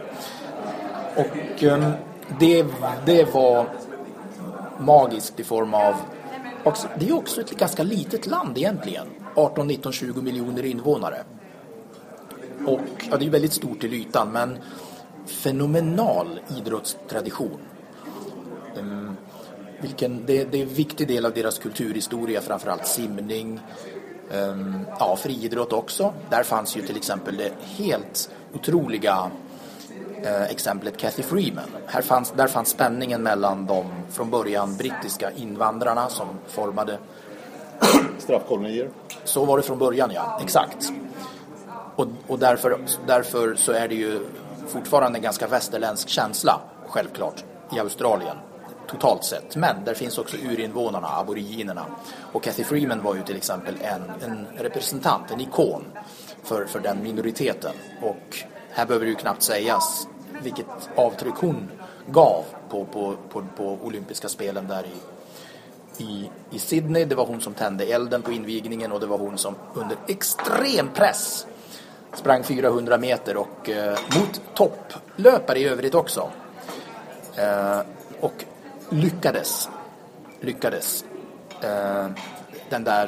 S2: Och um, det, det var magiskt i form av... Också, det är också ett ganska litet land egentligen. arton, nitton, tjugo miljoner invånare. Och ja, det är väldigt stort till ytan, men fenomenal idrottstradition. Um, vilken, det, det är en viktig del av deras kulturhistoria, framförallt simning. Um, ja, friidrott också. Där fanns ju till exempel det helt otroliga eh, exemplet Cathy Freeman. Här fanns, där fanns spänningen mellan de från början brittiska invandrarna som formade
S1: straffkolonier.
S2: Så var det från början, ja. Exakt. Och, och därför, därför så är det ju fortfarande en ganska västerländsk känsla, självklart, i Australien. Totalt sett. Men där finns också urinvånarna, aboriginerna. Och Cathy Freeman var ju till exempel en, en representant, en ikon för, för den minoriteten. Och här behöver det ju knappt sägas vilket avtryck hon gav på, på, på, på olympiska spelen där i, i, i Sydney. Det var hon som tände elden på invigningen, och det var hon som under extrem press sprang fyrahundra meter och eh, mot topplöpare i övrigt också. Eh, och lyckades lyckades eh, den där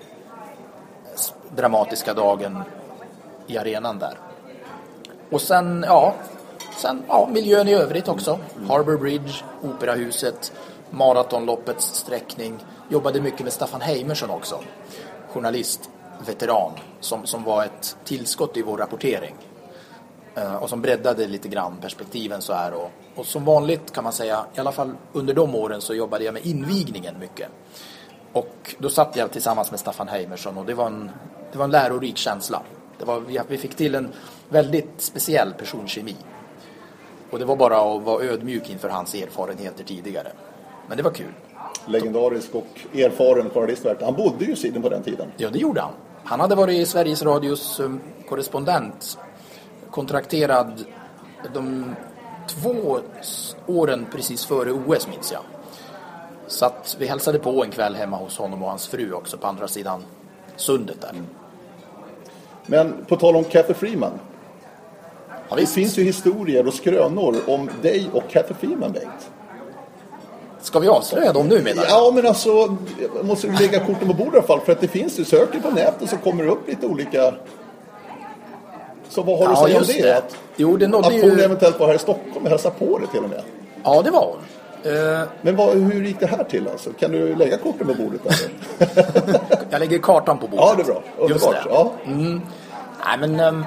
S2: dramatiska dagen i arenan där. Och sen ja, sen ja, miljön i övrigt också. Harbour Bridge, Operahuset, maratonloppets sträckning. Jobbade mycket med Staffan Heimerson också. Journalist, veteran som som var ett tillskott i vår rapportering. Uh, och som breddade lite grann perspektiven så här. Och, och som vanligt kan man säga, i alla fall under de åren så jobbade jag med invigningen mycket. Och då satt jag tillsammans med Staffan Heimerson, och det var en, det var en lärorik känsla. Det var, vi, vi fick till en väldigt speciell personkemi. Och det var bara att vara ödmjuk inför hans erfarenheter tidigare. Men det var kul.
S1: Legendarisk och erfaren journalist. Han bodde ju i Sydney på den tiden.
S2: Ja, det gjorde han. Han hade varit i Sveriges Radios um, korrespondent, kontrakterad de två åren precis före O S, minns jag. Så att vi hälsade på en kväll hemma hos honom och hans fru också på andra sidan sundet där.
S1: Men på tal om Cathy Freeman.
S2: Ja,
S1: det finns ju historier och skrönor om dig och Cathy Freeman, Bengt.
S2: Ska vi avslöja dem nu, menar du?
S1: Ja, men alltså, måste du lägga korten på bordet i alla fall. För att det finns ju, söker på nätet så kommer det upp lite olika... Så vad har du
S2: ja,
S1: att säga om det?
S2: det?
S1: Att,
S2: jo, det nådde
S1: att
S2: ju...
S1: hon eventuellt var här i Stockholm och hälsa på det till och med.
S2: Ja, det var hon. Uh...
S1: Men vad, hur gick det här till alltså? Kan du lägga korten på bordet? Alltså?
S2: Jag lägger kartan på bordet.
S1: Ja, det är bra. Underbart.
S2: Just det.
S1: Ja.
S2: Mm. Nej, men... Um...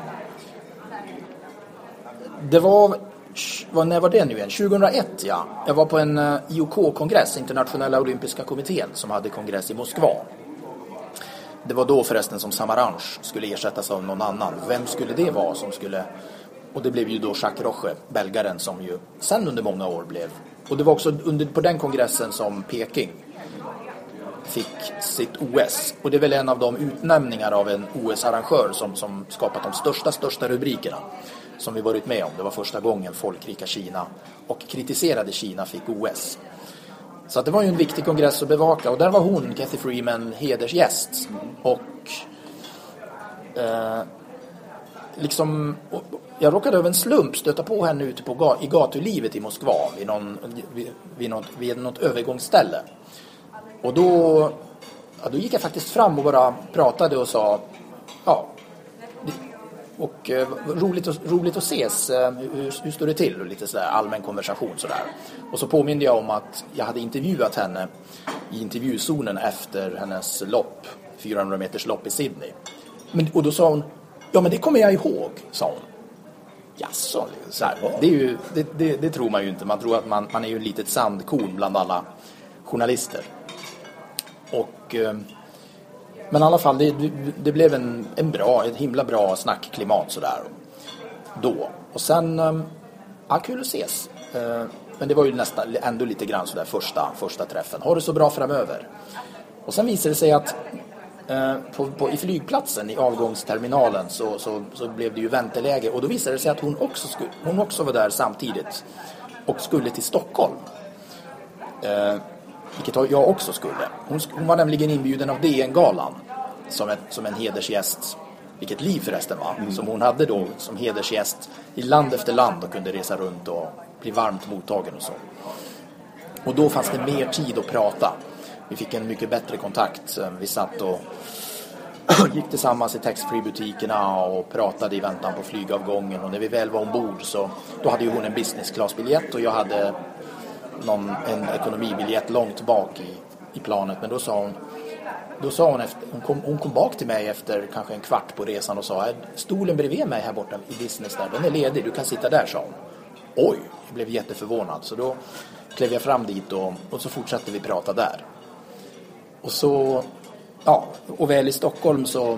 S2: Det var... Vad, när var det nu igen? tjugohundraett, ja. Jag var på en uh, I O K-kongress, Internationella Olympiska kommittén, som hade kongress i Moskva. Det var då förresten som Samaranch skulle ersättas av någon annan. Vem skulle det vara som skulle... Och det blev ju då Jacques Roche, belgaren, som ju sen under många år blev... Och det var också under, på den kongressen som Peking fick sitt O S. Och det är väl en av de utnämningar av en O S-arrangör som, som skapat de största, största rubrikerna som vi varit med om. Det var första gången folkrika Kina och kritiserade Kina fick O S. Så att det var ju en viktig kongress att bevaka. Och där var hon, Cathy Freeman, hedersgäst. Och eh, liksom... Och, jag råkade över en slump stöta på henne ute på, i gatulivet i Moskva vid, någon, vid, vid, något, vid något övergångsställe. Och då, ja, då gick jag faktiskt fram och bara pratade och sa ja, och eh, roligt, att, roligt att ses, hur, hur står det till? Och lite sådär allmän konversation sådär. Och så påminde jag om att jag hade intervjuat henne i intervjuzonen efter hennes lopp, fyrahundra meters lopp i Sydney. Men, och då sa hon, ja men det kommer jag ihåg, sa hon. Jaså, så här. Det, är ju, det, det, det tror man ju inte. Man tror att man, man är ju ett litet sandkorn bland alla journalister. Och, men i alla fall, det, det blev en, en bra, ett himla bra snackklimat sådär. Då. Och sen, ja, kul att ses. Men det var ju nästan ändå lite grann sådär första, första träffen. Har det så bra framöver. Och sen visade det sig att eh, på, på, i flygplatsen i avgångsterminalen så, så, så blev det ju vänteläge. Och då visade det sig att hon också, skulle, hon också var där samtidigt och skulle till Stockholm. Eh, vilket jag också skulle. Hon, hon var nämligen inbjuden av D N-galan som, ett, som en hedersgäst. Vilket liv förresten var. Mm. Som hon hade då som hedersgäst i land efter land och kunde resa runt och bli varmt mottagen och så. Och då fanns det mer tid att prata. Vi fick en mycket bättre kontakt. Vi satt och gick tillsammans i tax-free-butikerna och pratade i väntan på flygavgången. Och när vi väl var ombord så då hade ju hon en business class-biljett och jag hade någon, en ekonomibiljett långt bak i, i planet. Men då sa hon, då sa hon, efter, hon, kom, hon kom bak till mig efter kanske en kvart på resan och sa: stolen bredvid mig här borta i business där, den är ledig, du kan sitta där, sa hon. Oj, jag blev jätteförvånad. Så då klev jag fram dit och, och så fortsatte vi prata där. Och så, ja, och väl i Stockholm så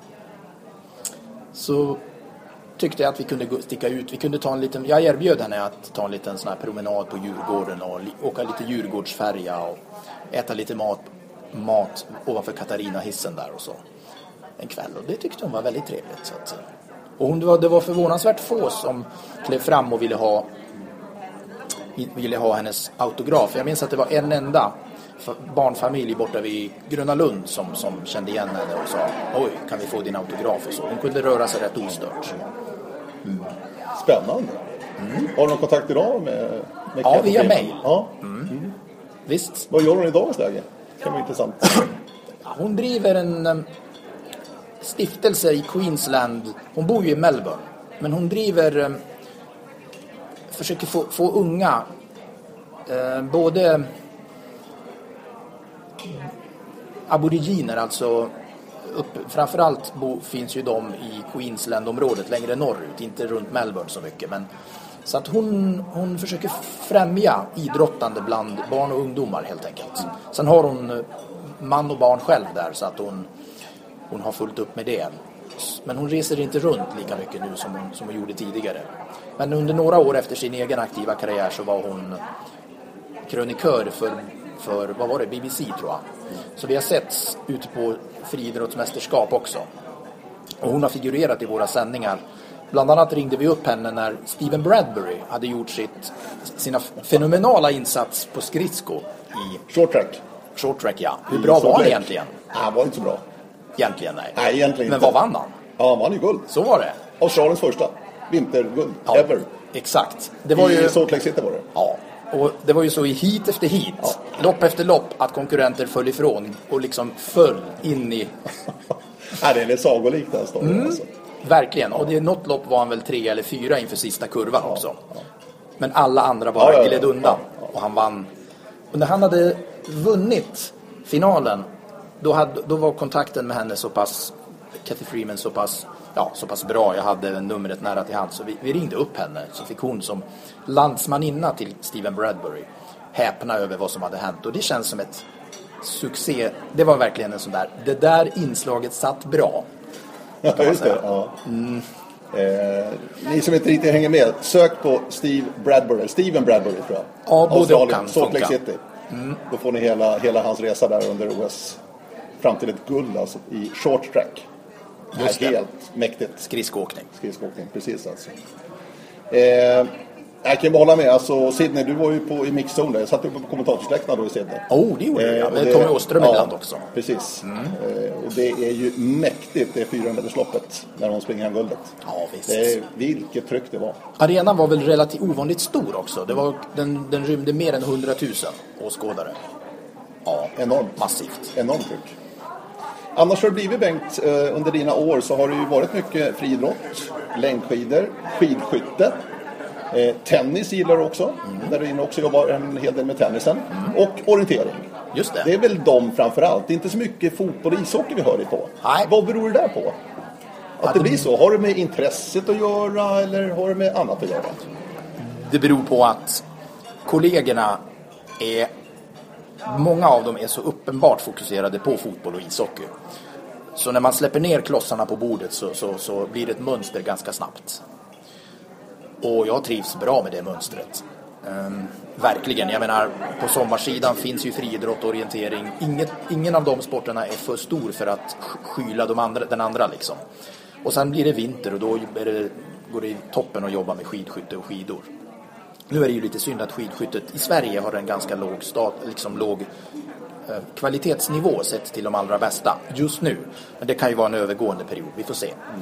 S2: så tyckte jag att vi kunde gå, sticka ut. Vi kunde ta en liten, jag erbjöd henne att ta en liten sån här promenad på Djurgården och li, åka lite Djurgårdsfärja och äta lite mat, mat ovanför Katarina-hissen där och så. En kväll, och det tyckte hon var väldigt trevligt. Så att, och hon, det, var, det var förvånansvärt få som klev fram och ville ha ville ha hennes autograf. Jag minns att det var en enda barnfamilj borta vid Gröna Lund som, som kände igen henne och sa: oj, kan vi få din autograf och så. Hon kunde röra sig rätt ostört.
S1: Mm. Spännande. Mm. Har du någon kontakt idag med, med
S2: Ja, via mig.
S1: Ja.
S2: Mm. Mm. Visst.
S1: Vad gör hon i dagens läge? Det kan vara intressant.
S2: Hon driver en um, stiftelse i Queensland. Hon bor ju i Melbourne. Men hon driver um, försöker få, få unga uh, både aboriginer, alltså upp, framförallt bo, finns ju de i Queensland-området längre norrut, inte runt Melbourne så mycket, men så att hon, hon försöker främja idrottande bland barn och ungdomar helt enkelt. Sen har hon man och barn själv där så att hon, hon har fullt upp med det. Men hon reser inte runt lika mycket nu som hon, som hon gjorde tidigare. Men under några år efter sin egen aktiva karriär så var hon krönikör för för, vad var det, B B C tror jag. Så vi har sett ute på friidrottsmästerskap också. Och hon har figurerat i våra sändningar. Bland annat ringde vi upp henne när Steven Bradbury hade gjort sitt, sina fenomenala insats på skridsko i
S1: short track.
S2: Short track, ja. Hur bra var han egentligen?
S1: Ja, han var inte så bra.
S2: Egentligen, nej.
S1: Nej, egentligen
S2: Men
S1: inte.
S2: vad vann han?
S1: Ja, han vann ju guld.
S2: Så var det.
S1: Australiens första vinterguld,
S2: ja,
S1: ever.
S2: Exakt. Det var
S1: I
S2: ju...
S1: Salt Lake City var det.
S2: Ja. Och det var ju så i hit efter hit, ja. Lopp efter lopp, att konkurrenter föll ifrån och liksom föll in i...
S1: Nej, det är lite sagolikt den storyn. Mm. Alltså.
S2: Verkligen, och det är något lopp var han väl tre eller fyra inför sista kurvan ja, också. Ja. Men alla andra bara ja, ja, gled undan ja, ja. Och han vann. Och när han hade vunnit finalen, då, hade, då var kontakten med henne så pass, Kathy Freeman så pass... Ja, så pass bra. Jag hade numret nära till hand. Så vi, vi ringde upp henne. Så fick hon som landsmaninna till Steven Bradbury häpna över vad som hade hänt. Och det känns som ett succé. Det var verkligen en sån där. Det där inslaget satt bra.
S1: Ja, just det. Ja. Mm. Eh, ni som inte riktigt hänger med, sök på Steve Bradbury. Steven Bradbury tror jag.
S2: Ja, både och kan
S1: Salt Lake City. Mm. Då får ni hela, hela hans resa där under O S. Fram till ett guld alltså, i short track. Just helt det. Mäktigt.
S2: Skridskoåkning.
S1: Skridskoåkning, precis alltså. Eh, jag kan bara hålla med. Alltså, Sydney, du var ju på, i mixzone där. Jag satt uppe på kommentatorsläktarna då i Sydney.
S2: Oh, det gjorde eh, jag. Med Tommy Åström
S1: ja,
S2: ibland också.
S1: Precis. Mm. Eh, och det är ju mäktigt, det fyrahundra-metersloppet när de springer hem guldet.
S2: Ja, visst.
S1: Det är, vilket tryck det var.
S2: Arenan var väl relativt ovanligt stor också. Det var, den, den rymde mer än hundratusen åskådare. Ja,
S1: enormt.
S2: Massivt.
S1: Enormt tryck. Annars har det blivit, Bengt, under dina år så har det ju varit mycket friidrott, längdskidor, skidskytte, eh, tennis gillar du också, mm. där du också jobbar en hel del med tennisen, mm. och orientering.
S2: Just det.
S1: Det är väl de framförallt, det är inte så mycket fotboll och ishockey vi hör dig på. Nej. Vad beror det där på? Att, att det blir så? Har det med intresset att göra eller har det med annat att göra?
S2: Det beror på att kollegorna är... Många av dem är så uppenbart fokuserade på fotboll och ishockey. Så när man släpper ner klossarna på bordet så, så, så blir det ett mönster ganska snabbt. Och jag trivs bra med det mönstret. Um, verkligen, jag menar på sommarsidan finns ju friidrott och orientering. Inget, ingen av de sporterna är för stor för att skyla de andra, den andra liksom. Och sen blir det vinter och då är det, går det i toppen att jobba med skidskytte och skidor. Nu är det ju lite synd att skidskyttet i Sverige har en ganska låg, stat, liksom låg eh, kvalitetsnivå sett till de allra bästa just nu. Men det kan ju vara en övergående period, vi får se. Mm.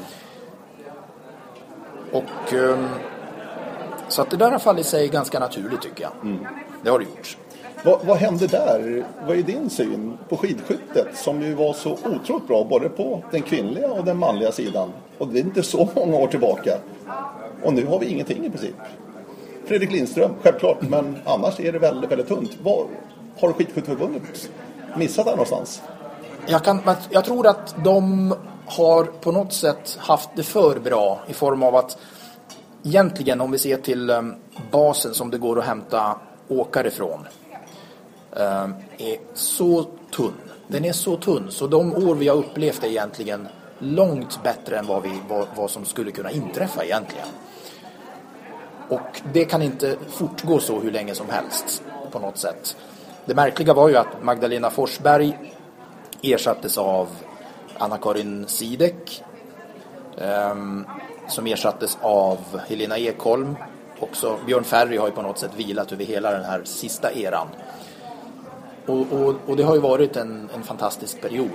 S2: Och eh, så att det där har fallit sig ganska naturligt tycker jag. Mm. Det har det gjort.
S1: Vad, vad hände där? Vad är din syn på skidskyttet som ju var så otroligt bra både på den kvinnliga och den manliga sidan? Och det är inte så många år tillbaka. Och nu har vi ingenting i princip. Fredrik Lindström, självklart, men annars är det väldigt, väldigt tunt. Vad har Skidskytteförbundet missat där någonstans?
S2: Jag, kan, jag tror att de har på något sätt haft det för bra i form av att egentligen om vi ser till um, basen som det går att hämta åkare från um, är så tunn. Den är så tunn så de år vi har upplevt är egentligen långt bättre än vad, vi, vad, vad som skulle kunna inträffa egentligen. Och det kan inte fortgå så hur länge som helst på något sätt. Det märkliga var ju att Magdalena Forsberg ersattes av Anna-Karin Sidek um, som ersattes av Helena Ekholm. Också Björn Ferry har ju på något sätt vilat över hela den här sista eran. Och, och, och det har ju varit en, en fantastisk period.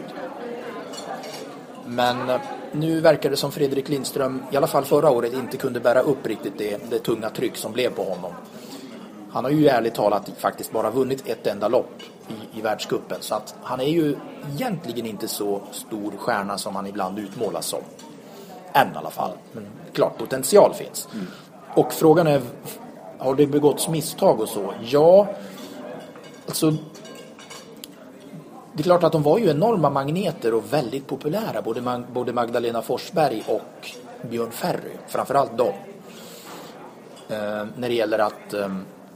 S2: Men nu verkar det som Fredrik Lindström, i alla fall förra året, inte kunde bära upp riktigt det, det tunga tryck som blev på honom. Han har ju ärligt talat faktiskt bara vunnit ett enda lopp i, i världscupen. Så att han är ju egentligen inte så stor stjärna som han ibland utmålas som. Än i alla fall. Men klart, potential finns. Mm. Och frågan är, har det begåtts misstag och så? Ja, alltså... Det är klart att de var ju enorma magneter och väldigt populära, både, Mag- både Magdalena Forsberg och Björn Ferry, framförallt dem. Eh, när det gäller att eh,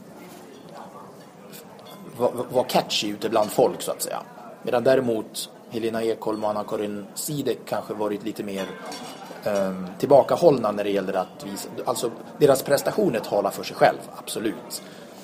S2: vara va catchy ute bland folk så att säga. Medan däremot Helena Ekholm och Anna-Karin Sidek kanske varit lite mer eh, tillbakahållna när det gäller att visa, alltså deras prestationer talar för sig själv, absolut.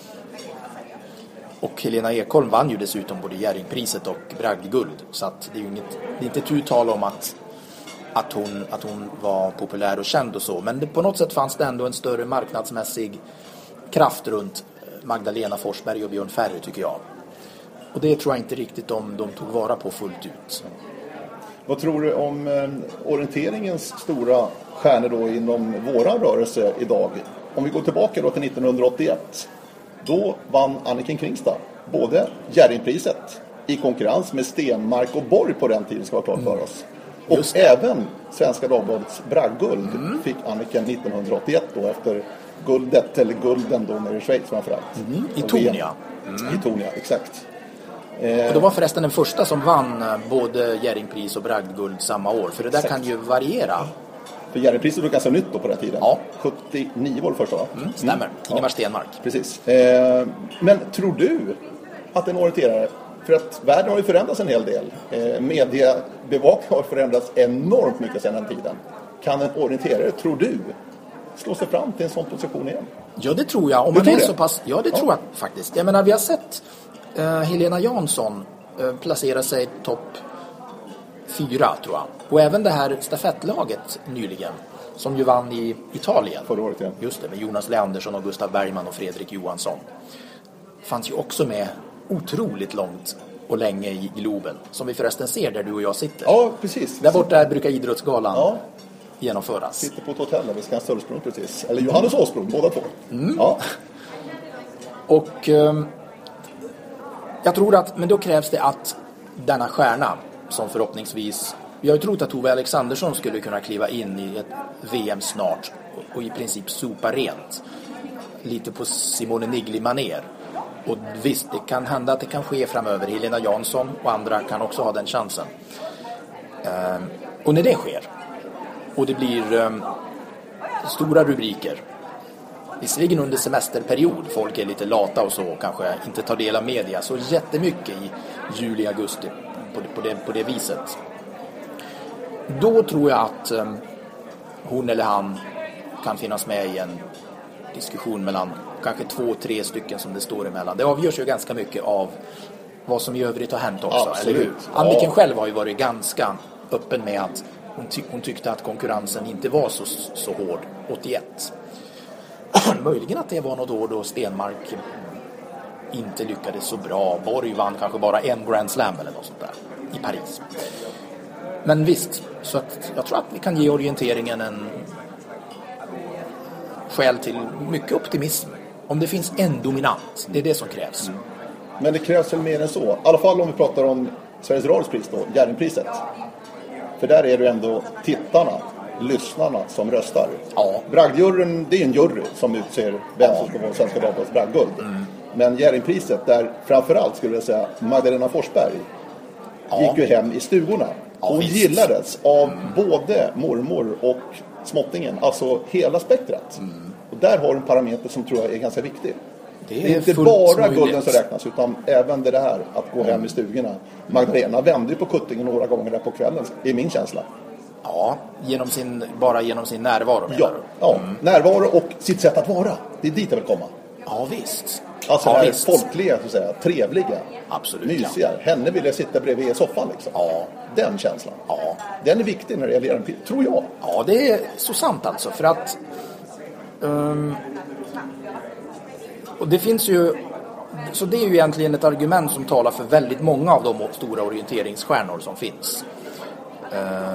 S2: Och Helena Ekholm vann ju dessutom både Jerringpriset och Bragdguld. Så att det är ju inget, det är inte tu tal om att, att, hon, att hon var populär och känd och så. Men det, på något sätt fanns det ändå en större marknadsmässig kraft runt Magdalena Forsberg och Björn Ferry tycker jag. Och det tror jag inte riktigt de, de tog vara på fullt ut.
S1: Vad tror du om eh, orienteringens stora stjärnor då inom våra rörelse idag? Om vi går tillbaka då till nittonhundraåttioett. Då vann Anniken Kringstad både Jerringpriset i konkurrens med Stenmark och Borg på den tiden, ska vara klart för oss. Och även Svenska Dagbladets Bragdguld mm. fick Anniken nittonhundraåttioett då efter guldet, eller gulden då nere i Schweiz framförallt.
S2: Mm. I Tonia.
S1: Mm. I Tonia, exakt.
S2: Och då var förresten den första som vann både Jerringpris och Bragdguld samma år. För det där exakt. Kan ju variera.
S1: För Jerringpriset var ganska nytt då på den tiden.
S2: Ja.
S1: sjuttionio var det första va?
S2: Mm, stämmer. Mm. Ingemar Stenmark.
S1: Precis. Eh, men tror du att en orienterare, för att världen har ju förändrats en hel del. Eh, mediebevakning har förändrats enormt mycket sedan den tiden. Kan en orienterare, tror du, slå sig fram till en sån position igen?
S2: Ja, det tror jag. Om man är så pass, ja, det ja. tror jag faktiskt. Jag menar, vi har sett eh, Helena Jansson eh, placera sig topp fyra tror jag. Och även det här stafettlaget nyligen som ju vann i Italien.
S1: Förra året, ja.
S2: Just det, med Jonas Leandersson och Gustav Bergman och Fredrik Johansson. Fanns ju också med otroligt långt och länge i Globen. Som vi förresten ser där du och jag sitter.
S1: Ja, precis.
S2: Där borta brukar idrottsgalan ja. genomföras.
S1: Sitter på ett hotell där vi ska ha Sölvsbron precis. Eller Johannes Åsbron, båda två.
S2: Mm.
S1: Ja.
S2: Och eh, jag tror att, men då krävs det att denna stjärna som förhoppningsvis, jag har ju trott att Tove Alexandersson skulle kunna kliva in i ett V M snart och, och i princip sopa rent lite på Simone Nigli-manér. Och visst, det kan hända att det kan ske framöver. Helena Jansson och andra kan också ha den chansen. Ehm, och när det sker och det blir um, stora rubriker, visserligen under semesterperiod, folk är lite lata och så, kanske inte tar del av media så jättemycket i juli, augusti på det, på det, på det viset. Då tror jag att um, hon eller han kan finnas med i en diskussion mellan kanske två, tre stycken som det står emellan. Det avgörs ju ganska mycket av vad som i övrigt har hänt också.
S1: Absolut.
S2: Eller hur? Anniken
S1: Ja.
S2: själv har ju varit ganska öppen med att hon, ty- hon tyckte att konkurrensen inte var så, så hård åttioett. Möjligen att det var något år då Stenmark inte lyckades så bra. Borg vann kanske bara en Grand Slam eller något sånt där i Paris. Men visst, så att jag tror att vi kan ge orienteringen en skäl till mycket optimism. Om det finns en dominant, det är det som krävs.
S1: Mm. Men det krävs väl mer än så. I alla fall om vi pratar om Sveriges Radios pris då, Jerringpriset. För där är det ändå tittarna, lyssnarna som röstar.
S2: Ja.
S1: Bragdjuryn, det är en jury som utser vem som ska vara Svenska Dagbladets bragdguld. Mm. Men Jerringpriset, där framförallt skulle jag säga Magdalena Forsberg
S2: Ja.
S1: gick ju hem i stugorna.
S2: Ja,
S1: Hon
S2: visst.
S1: gillades av mm. både mormor och småttingen, alltså hela spektrat. Mm. Och där har du en parameter som tror jag är ganska viktig. Det är, det är inte bara gulden som räknas, utan även det där att gå hem i stugorna. Magdalena vände ju på kuttingen några gånger där på kvällen, är min känsla.
S2: Ja, genom sin, bara genom sin närvaro.
S1: Ja, ja mm. närvaro och sitt sätt att vara. Det är dit jag vill komma.
S2: Ja, visst.
S1: Alltså
S2: ja,
S1: det här
S2: visst.
S1: folkliga, så att säga, trevliga,
S2: absolut,
S1: mysiga. Ja. Henne vill jag sitta bredvid i soffan liksom.
S2: Ja.
S1: Den känslan.
S2: Ja.
S1: Den är viktig när det gäller en, tror jag.
S2: Ja, det är så sant alltså. För att um, och det finns ju, så det är ju egentligen ett argument som talar för väldigt många av de stora orienteringsstjärnor som finns. Uh,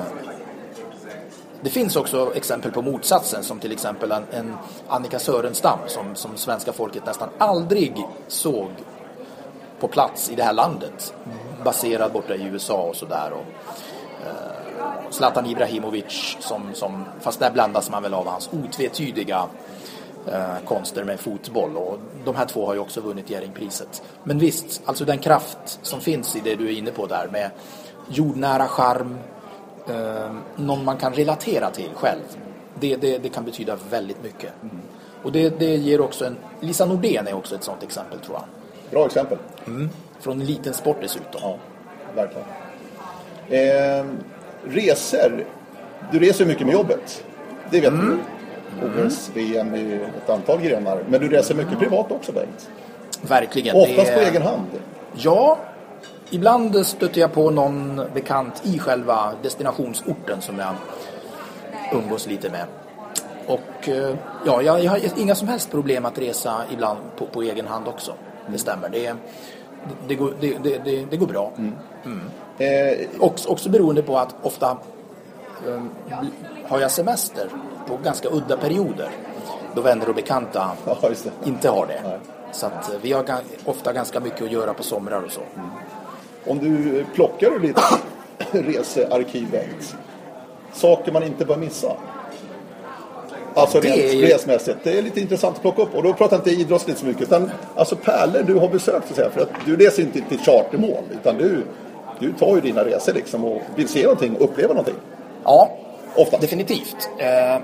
S2: det finns också exempel på motsatsen, som till exempel en, en Annika Sörenstam som, som svenska folket nästan aldrig såg på plats i det här landet, baserad borta i U S A och sådär. Och uh, Zlatan Ibrahimovic som, som, fast där blandas man väl av hans otvetydiga uh, konster med fotboll, och de här två har ju också vunnit Jerringpriset. Men visst, alltså den kraft som finns i det du är inne på där med jordnära charm, Uh, någon man kan relatera till själv, det, det, det kan betyda väldigt mycket. Mm. Och det, det ger också en, Lisa Nordén är också ett sånt exempel, tror jag.
S1: Bra exempel.
S2: Mm. Från en liten sport dessutom.
S1: Ja, verkligen. Eh, resor. Du reser mycket med jobbet. Det vet
S2: mm.
S1: du. O S, V M i ett antal grenar. Men du reser mycket privat också, Bengt.
S2: Verkligen.
S1: Oftast
S2: det...
S1: på egen hand.
S2: Ja. Ibland stöter jag på någon bekant i själva destinationsorten som jag umgås lite med. Och ja, jag, jag har inga som helst problem att resa ibland på, på egen hand också. Det stämmer. Det, det, det, går, det, det, det går bra. Mm. Mm. Eh, också, också beroende på att ofta um, har jag semester på ganska udda perioder. Då vänner och bekanta
S1: ja,
S2: inte har det.
S1: Nej.
S2: Så att vi har ofta ganska mycket att göra på somrar och så.
S1: Mm. Om du plockar lite researkivet, saker man inte bör missa. Alltså rent
S2: är ju...
S1: resmässigt. Det är lite intressant att plocka upp. Och då pratar jag inte idrottsligt så mycket. Utan alltså pärlor du har besökt, så att säga. För att du reser inte till chartermål. Utan du, du tar ju dina resor liksom och vill se någonting, uppleva någonting.
S2: Ja,
S1: ofta.
S2: Definitivt. Eh,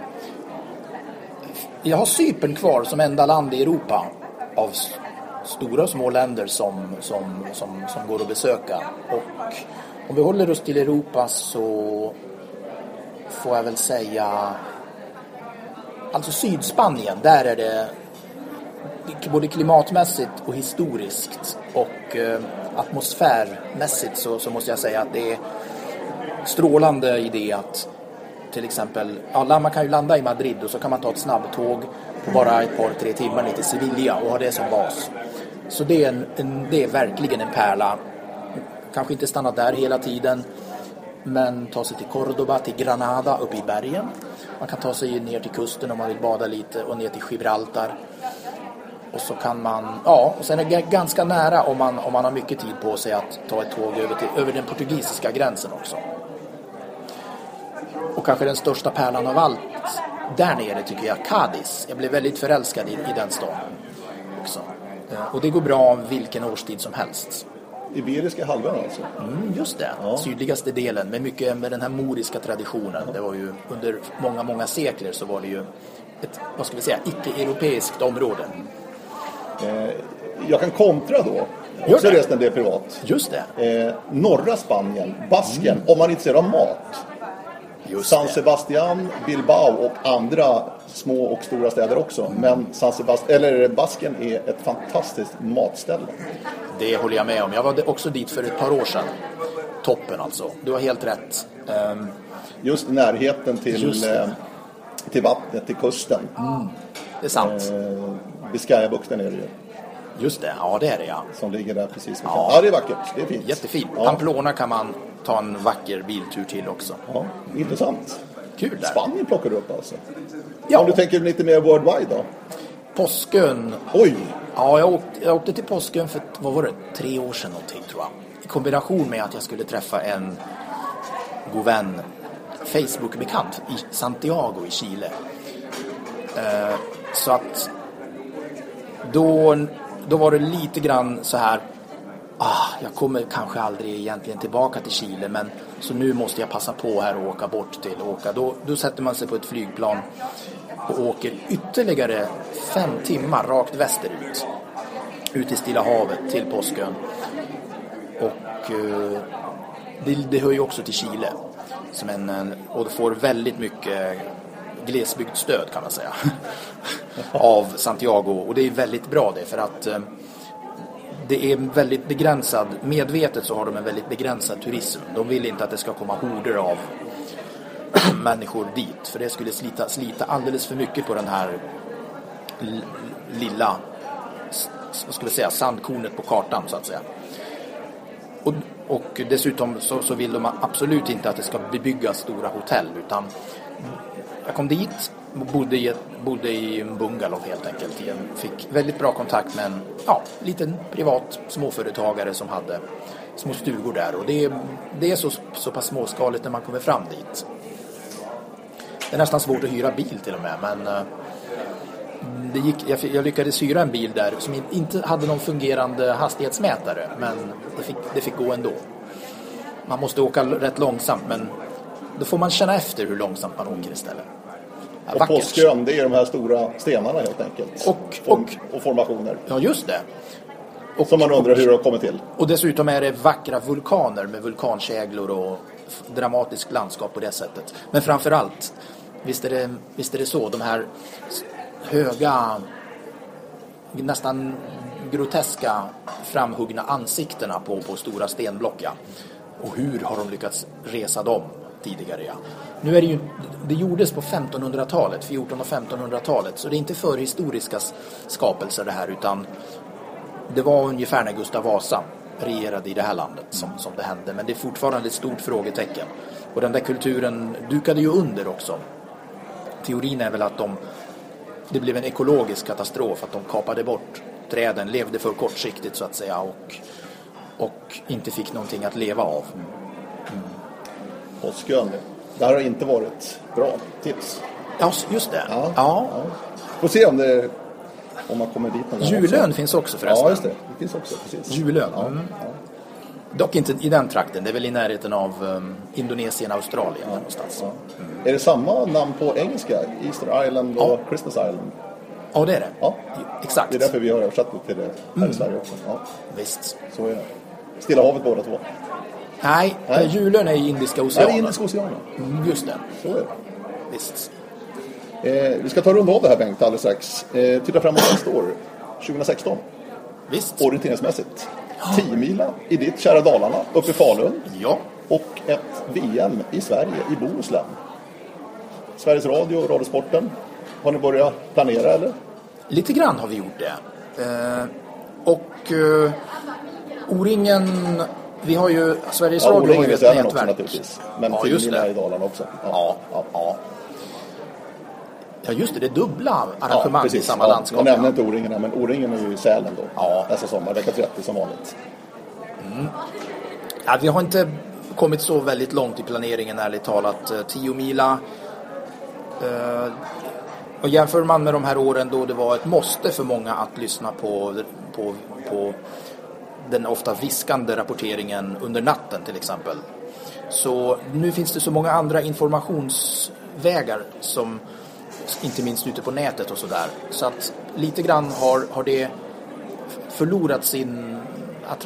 S2: jag har Cypern kvar som enda land i Europa av stora och små länder som, som, som, som går att besöka. Och om vi håller oss till Europa så får jag väl säga, alltså Sydspanien, där är det både klimatmässigt och historiskt och eh, atmosfärmässigt så, så måste jag säga att det är strålande idé att till exempel, alla man kan ju landa i Madrid och så kan man ta ett snabbtåg på bara ett par, tre timmar ner till Sevilla och ha det som bas. Så det är, en, en, det är verkligen en pärla. Kanske inte stanna där hela tiden, men ta sig till Cordoba, till Granada, uppe i bergen. Man kan ta sig ner till kusten om man vill bada lite och ner till Gibraltar. Och så kan man, ja, och sen är det ganska nära om man, om man har mycket tid på sig att ta ett tåg över, till, över den portugisiska gränsen också. Och kanske den största pärlan av allt där nere tycker jag, Cadiz. Jag blev väldigt förälskad i, i den staden också. Och det går bra vilken årstid som helst.
S1: Iberiska halvön alltså?
S2: Mm, just det, ja. Sydligaste delen med mycket med den här moriska traditionen. Det var ju under många, många sekler så var det ju ett, vad ska vi säga, icke-europeiskt område.
S1: Eh, jag kan kontra då. Också rest en del privat.
S2: Just det.
S1: Eh, norra Spanien, Basken, mm. om man inte ser av mat.
S2: just
S1: San
S2: det.
S1: Sebastian, Bilbao och andra små och stora städer också. Mm. Men San Sebastian, eller Basken är ett fantastiskt matställe.
S2: Det håller jag med om. Jag var också dit för ett par år sedan. Toppen alltså. Du har helt rätt. Um,
S1: Just närheten till, eh, till vattnet, till kusten.
S2: Mm. Det är sant.
S1: Eh, Biscayabukten är det ju.
S2: Just det, ja det är det ja.
S1: Som ligger där precis.
S2: Ja.
S1: ja, det är vackert. Det är fint.
S2: Jättefint.
S1: Ja.
S2: Pamplona kan man ta en vacker biltur till också.
S1: Ja, intressant.
S2: Kul där.
S1: Spanien plockar du upp alltså.
S2: Ja.
S1: Om du tänker lite mer worldwide då?
S2: Påskön.
S1: Oj!
S2: Ja, jag åkte, jag åkte till Påskön för, vad var det, tre år sedan någonting tror jag. I kombination med att jag skulle träffa en god vän, Facebook-bekant i Santiago i Chile. Eh, så att då, då var det lite grann så här, ah, jag kommer kanske aldrig egentligen tillbaka till Chile, men så nu måste jag passa på här och åka bort till åka. Då, då sätter man sig på ett flygplan och åker ytterligare fem timmar rakt västerut. Ut i Stilla havet till Påskön. Och eh, det, det hör ju också till Chile. Som en, och får väldigt mycket glesbygdsstöd kan man säga. Av Santiago. Och det är väldigt bra det, för att eh, det är väldigt begränsad, medvetet så har de en väldigt begränsad turism. De vill inte att det ska komma horder av människor dit, för det skulle slita, slita alldeles för mycket på den här l- lilla, vad ska vi säga, sandkornet på kartan så att säga. Och, och dessutom så, så vill de absolut inte att det ska bebyggas stora hotell, utan jag kom dit och bodde i, ett, bodde i en bungalow helt enkelt. Jag fick väldigt bra kontakt med en ja, liten privat småföretagare som hade små stugor där, och det, det är så, så pass småskaligt när man kommer fram dit. Det är nästan svårt att hyra bil till och med, men det gick, jag, jag lyckades hyra en bil där som inte hade någon fungerande hastighetsmätare, men det fick, det fick gå ändå. Man måste åka rätt långsamt, men då får man känna efter hur långsamt man åker istället. Ja,
S1: och Påskön, det är de här stora stenarna helt enkelt.
S2: Och,
S1: Form,
S2: och,
S1: och formationer.
S2: Ja, just det.
S1: Och, som man undrar hur det har kommit till.
S2: Och dessutom är det vackra vulkaner med vulkankäglor och dramatiskt landskap på det sättet. Men framförallt, visst är det, visst är det så, de här höga, nästan groteska framhuggna ansiktena på, på stora stenblock. Ja. Och hur har de lyckats resa dem tidigare? Ja. Nu är det ju, det gjordes på femtonhundratalet, fjorton- och femtonhundratalet, så det är inte förhistoriska skapelser det här, utan det var ungefär när Gustav Vasa regerade i det här landet som, som det hände. Men det är fortfarande ett stort frågetecken. Och den där kulturen dukade ju under också. Teorin är väl att de, det blev en ekologisk katastrof, att de kapade bort träden, levde för kortsiktigt så att säga, och, och inte fick någonting att leva av. Mm.
S1: Påskön, det här har inte varit bra tips.
S2: Ja, just det.
S1: Ja,
S2: ja.
S1: ja. Får se om det om man kommer dit någon gång.
S2: Julön
S1: också.
S2: finns också förresten.
S1: Ja, just det. Det finns också, precis.
S2: Julön.
S1: Ja,
S2: Mm.
S1: ja.
S2: Dock inte i den trakten. Det är väl i närheten av um, Indonesien, Australien ja, någonstans.
S1: Ja. Mm. Är det samma namn på engelska? Easter Island och
S2: ja.
S1: Christmas Island?
S2: Ja, det är det.
S1: Ja.
S2: Exakt.
S1: Det är därför vi har översatt det till det här
S2: mm.
S1: i Sverige också. Ja.
S2: Visst.
S1: Så är det. Stilla havet båda två.
S2: Nej,
S1: Nej.
S2: Julön är i Indiska oceanen.
S1: Ja, det är Indiska oceanen.
S2: Mm, just det.
S1: Så är det.
S2: Visst.
S1: Eh, vi ska ta runda av det här, Bengt, alldeles strax. Eh, titta framåt nästa år, tjugohundrasexton.
S2: Visst.
S1: Orienteringsmässigt. tio mila i ditt kära Dalarna, uppe i Falun.
S2: Ja.
S1: Och ett V M i Sverige, i Bohuslän. Sveriges Radio och Radiosporten. Har ni börjat planera, eller?
S2: Lite grann har vi gjort det. Eh, och eh, O-ringen, vi har ju Sveriges
S1: ja,
S2: Radio har ju ett nätverk.
S1: Också, naturligtvis. Men
S2: ja,
S1: tio mila
S2: det.
S1: i Dalarna också.
S2: Ja, ja. ja. Ja, just det, det är dubbla arrangemang
S1: ja,
S2: i samma
S1: ja,
S2: landskap.
S1: Jag nämner
S2: ja.
S1: inte O-ringen här, men O-ringen är ju i Sälen då.
S2: Ja.
S1: Nästa sommar, vecka trettio som vanligt.
S2: Mm. Ja, vi har inte kommit så väldigt långt i planeringen, ärligt talat. tio mila. Uh, och jämför man med de här åren då det var ett måste för många att lyssna på, på, på den ofta viskande rapporteringen under natten till exempel. Så nu finns det så många andra informationsvägar som inte minst ute på nätet och sådär. Så att lite grann har, har det förlorat sin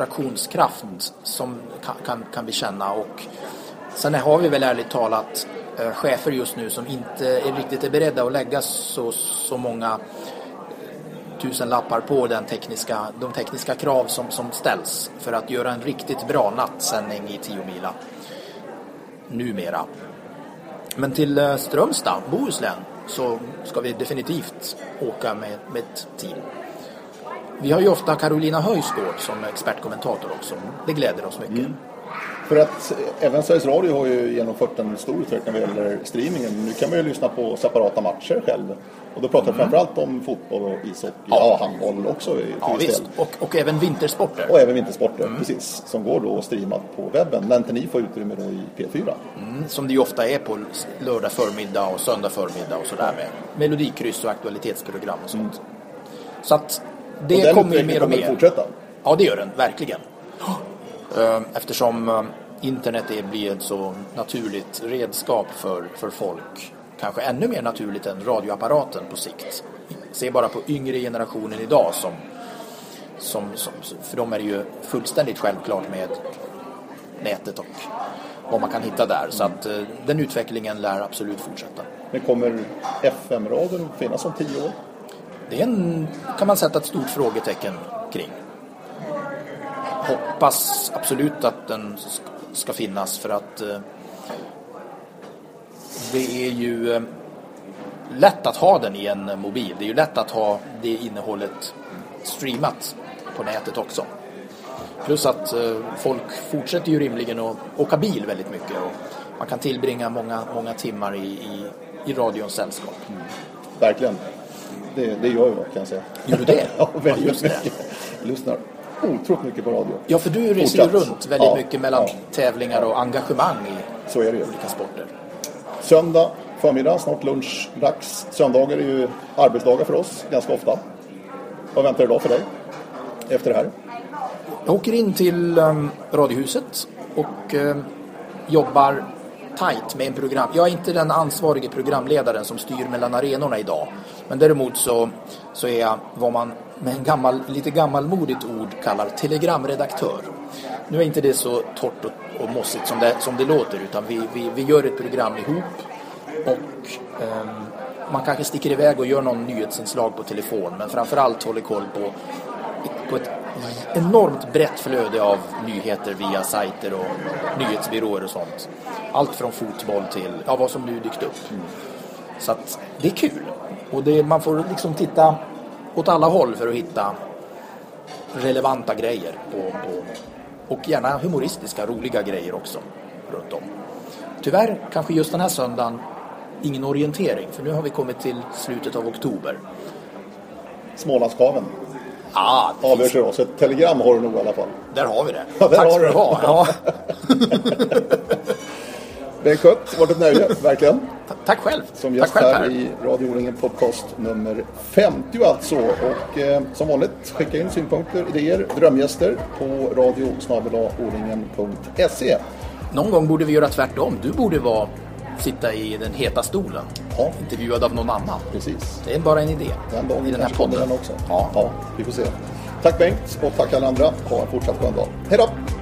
S2: attraktionskraft som kan, kan, kan vi känna. Och sen har vi väl ärligt talat eh, chefer just nu som inte är riktigt är beredda att lägga så, så många tusen lappar på den tekniska, de tekniska krav som, som ställs för att göra en riktigt bra nattsändning i tio mila numera. Men till eh, Strömstad, Bohuslän, så ska vi definitivt åka med, med ett team. Vi har ju ofta Carolina Höjsgård som expertkommentator också. Det gläder oss mycket. Mm.
S1: För att även Sveriges Radio har ju genomfört en stor utveckling vad gäller streamingen. Nu kan man ju lyssna på separata matcher själv. Och då pratar mm. framförallt om fotboll och ishockey. Ja, ja handboll också.
S2: Ja, visst. Och, och även vintersporter.
S1: Och även vintersporter, mm. precis. Som går då streamat på webben. När inte ni får utrymme då i P fyra.
S2: Mm, som det ju ofta är på lördag förmiddag och söndag förmiddag och sådär med melodikryss och aktualitetsprogram och sånt. Mm. Så att det kommer ju mer och mer.
S1: Fortsätta.
S2: Ja, det gör den, verkligen. Eftersom internet är, blir ett så naturligt redskap för, för folk. Kanske ännu mer naturligt än radioapparaten på sikt. Se bara på yngre generationen idag som, som, som för dem är det ju fullständigt självklart med nätet och vad man kan hitta där. Så att den utvecklingen lär absolut fortsätta.
S1: Men kommer F M-radion finnas om tio år?
S2: Det är en, kan man sätta ett stort frågetecken kring. Hoppas absolut att den ska finnas för att eh, det är ju eh, lätt att ha den i en mobil. Det är ju lätt att ha det innehållet streamat på nätet också. Plus att eh, folk fortsätter ju rimligen att åka bil väldigt mycket och man kan tillbringa många, många timmar i, i, i radions sällskap.
S1: Mm. Verkligen. Det, det gör jag kan jag säga.
S2: Gör du det?
S1: Ja, väldigt ja, mycket. Jag lyssnar otroligt mycket på radio.
S2: Ja, för du reser ju runt väldigt
S1: ja,
S2: mycket mellan
S1: ja.
S2: tävlingar och engagemang i
S1: Så är det ju.
S2: olika sporter.
S1: Söndag, förmiddag, snart lunchdags. Söndagar är ju arbetsdagar för oss, ganska ofta. Vad väntar idag för dig efter det här?
S2: Jag åker in till um, Radiohuset och um, jobbar tajt med en program. Jag är inte den ansvarige programledaren som styr mellan arenorna idag. Men däremot så, så är jag vad man med en gammal, lite gammalmodigt ord kallar telegramredaktör. Nu är inte det så torrt och, och mossigt som det, som det låter, utan vi, vi, vi gör ett program ihop och um, man kanske sticker iväg och gör någon nyhetsinslag på telefon, men framförallt håller koll på, på ett enormt brett flöde av nyheter via sajter och nyhetsbyråer och sånt. Allt från fotboll till ja, vad som nu dykt upp. Mm. Så att det är kul. Och det, man får liksom titta åt alla håll för att hitta relevanta grejer. På, på, och gärna humoristiska, roliga grejer också runt om. Tyvärr kanske just den här söndagen ingen orientering. För nu har vi kommit till slutet av oktober.
S1: Smålandskaven.
S2: Ah,
S1: avgörs då. Så ett telegram har du nog i alla fall.
S2: Där har vi det.
S1: Ja,
S2: Tack ska du ha. Ja.
S1: Bengt Schött, varit ett nöje, verkligen.
S2: Ta- tack själv.
S1: Som gäst
S2: tack själv,
S1: här i Radio O-ringen podcast nummer femtio alltså. Och eh, som vanligt skicka in synpunkter, idéer, drömgäster på radio snabel-a o ringen punkt se.
S2: Någon gång borde vi göra tvärtom. Du borde vara sitta i den heta stolen.
S1: Ja.
S2: Intervjuad av någon annan.
S1: Precis.
S2: Det är bara en idé.
S1: Den dagen
S2: i den här
S1: podden
S2: podden
S1: också.
S2: Ja.
S1: ja, vi får se. Tack Bengt och tack alla andra. Ha en fortsatt skön dag. Hej då!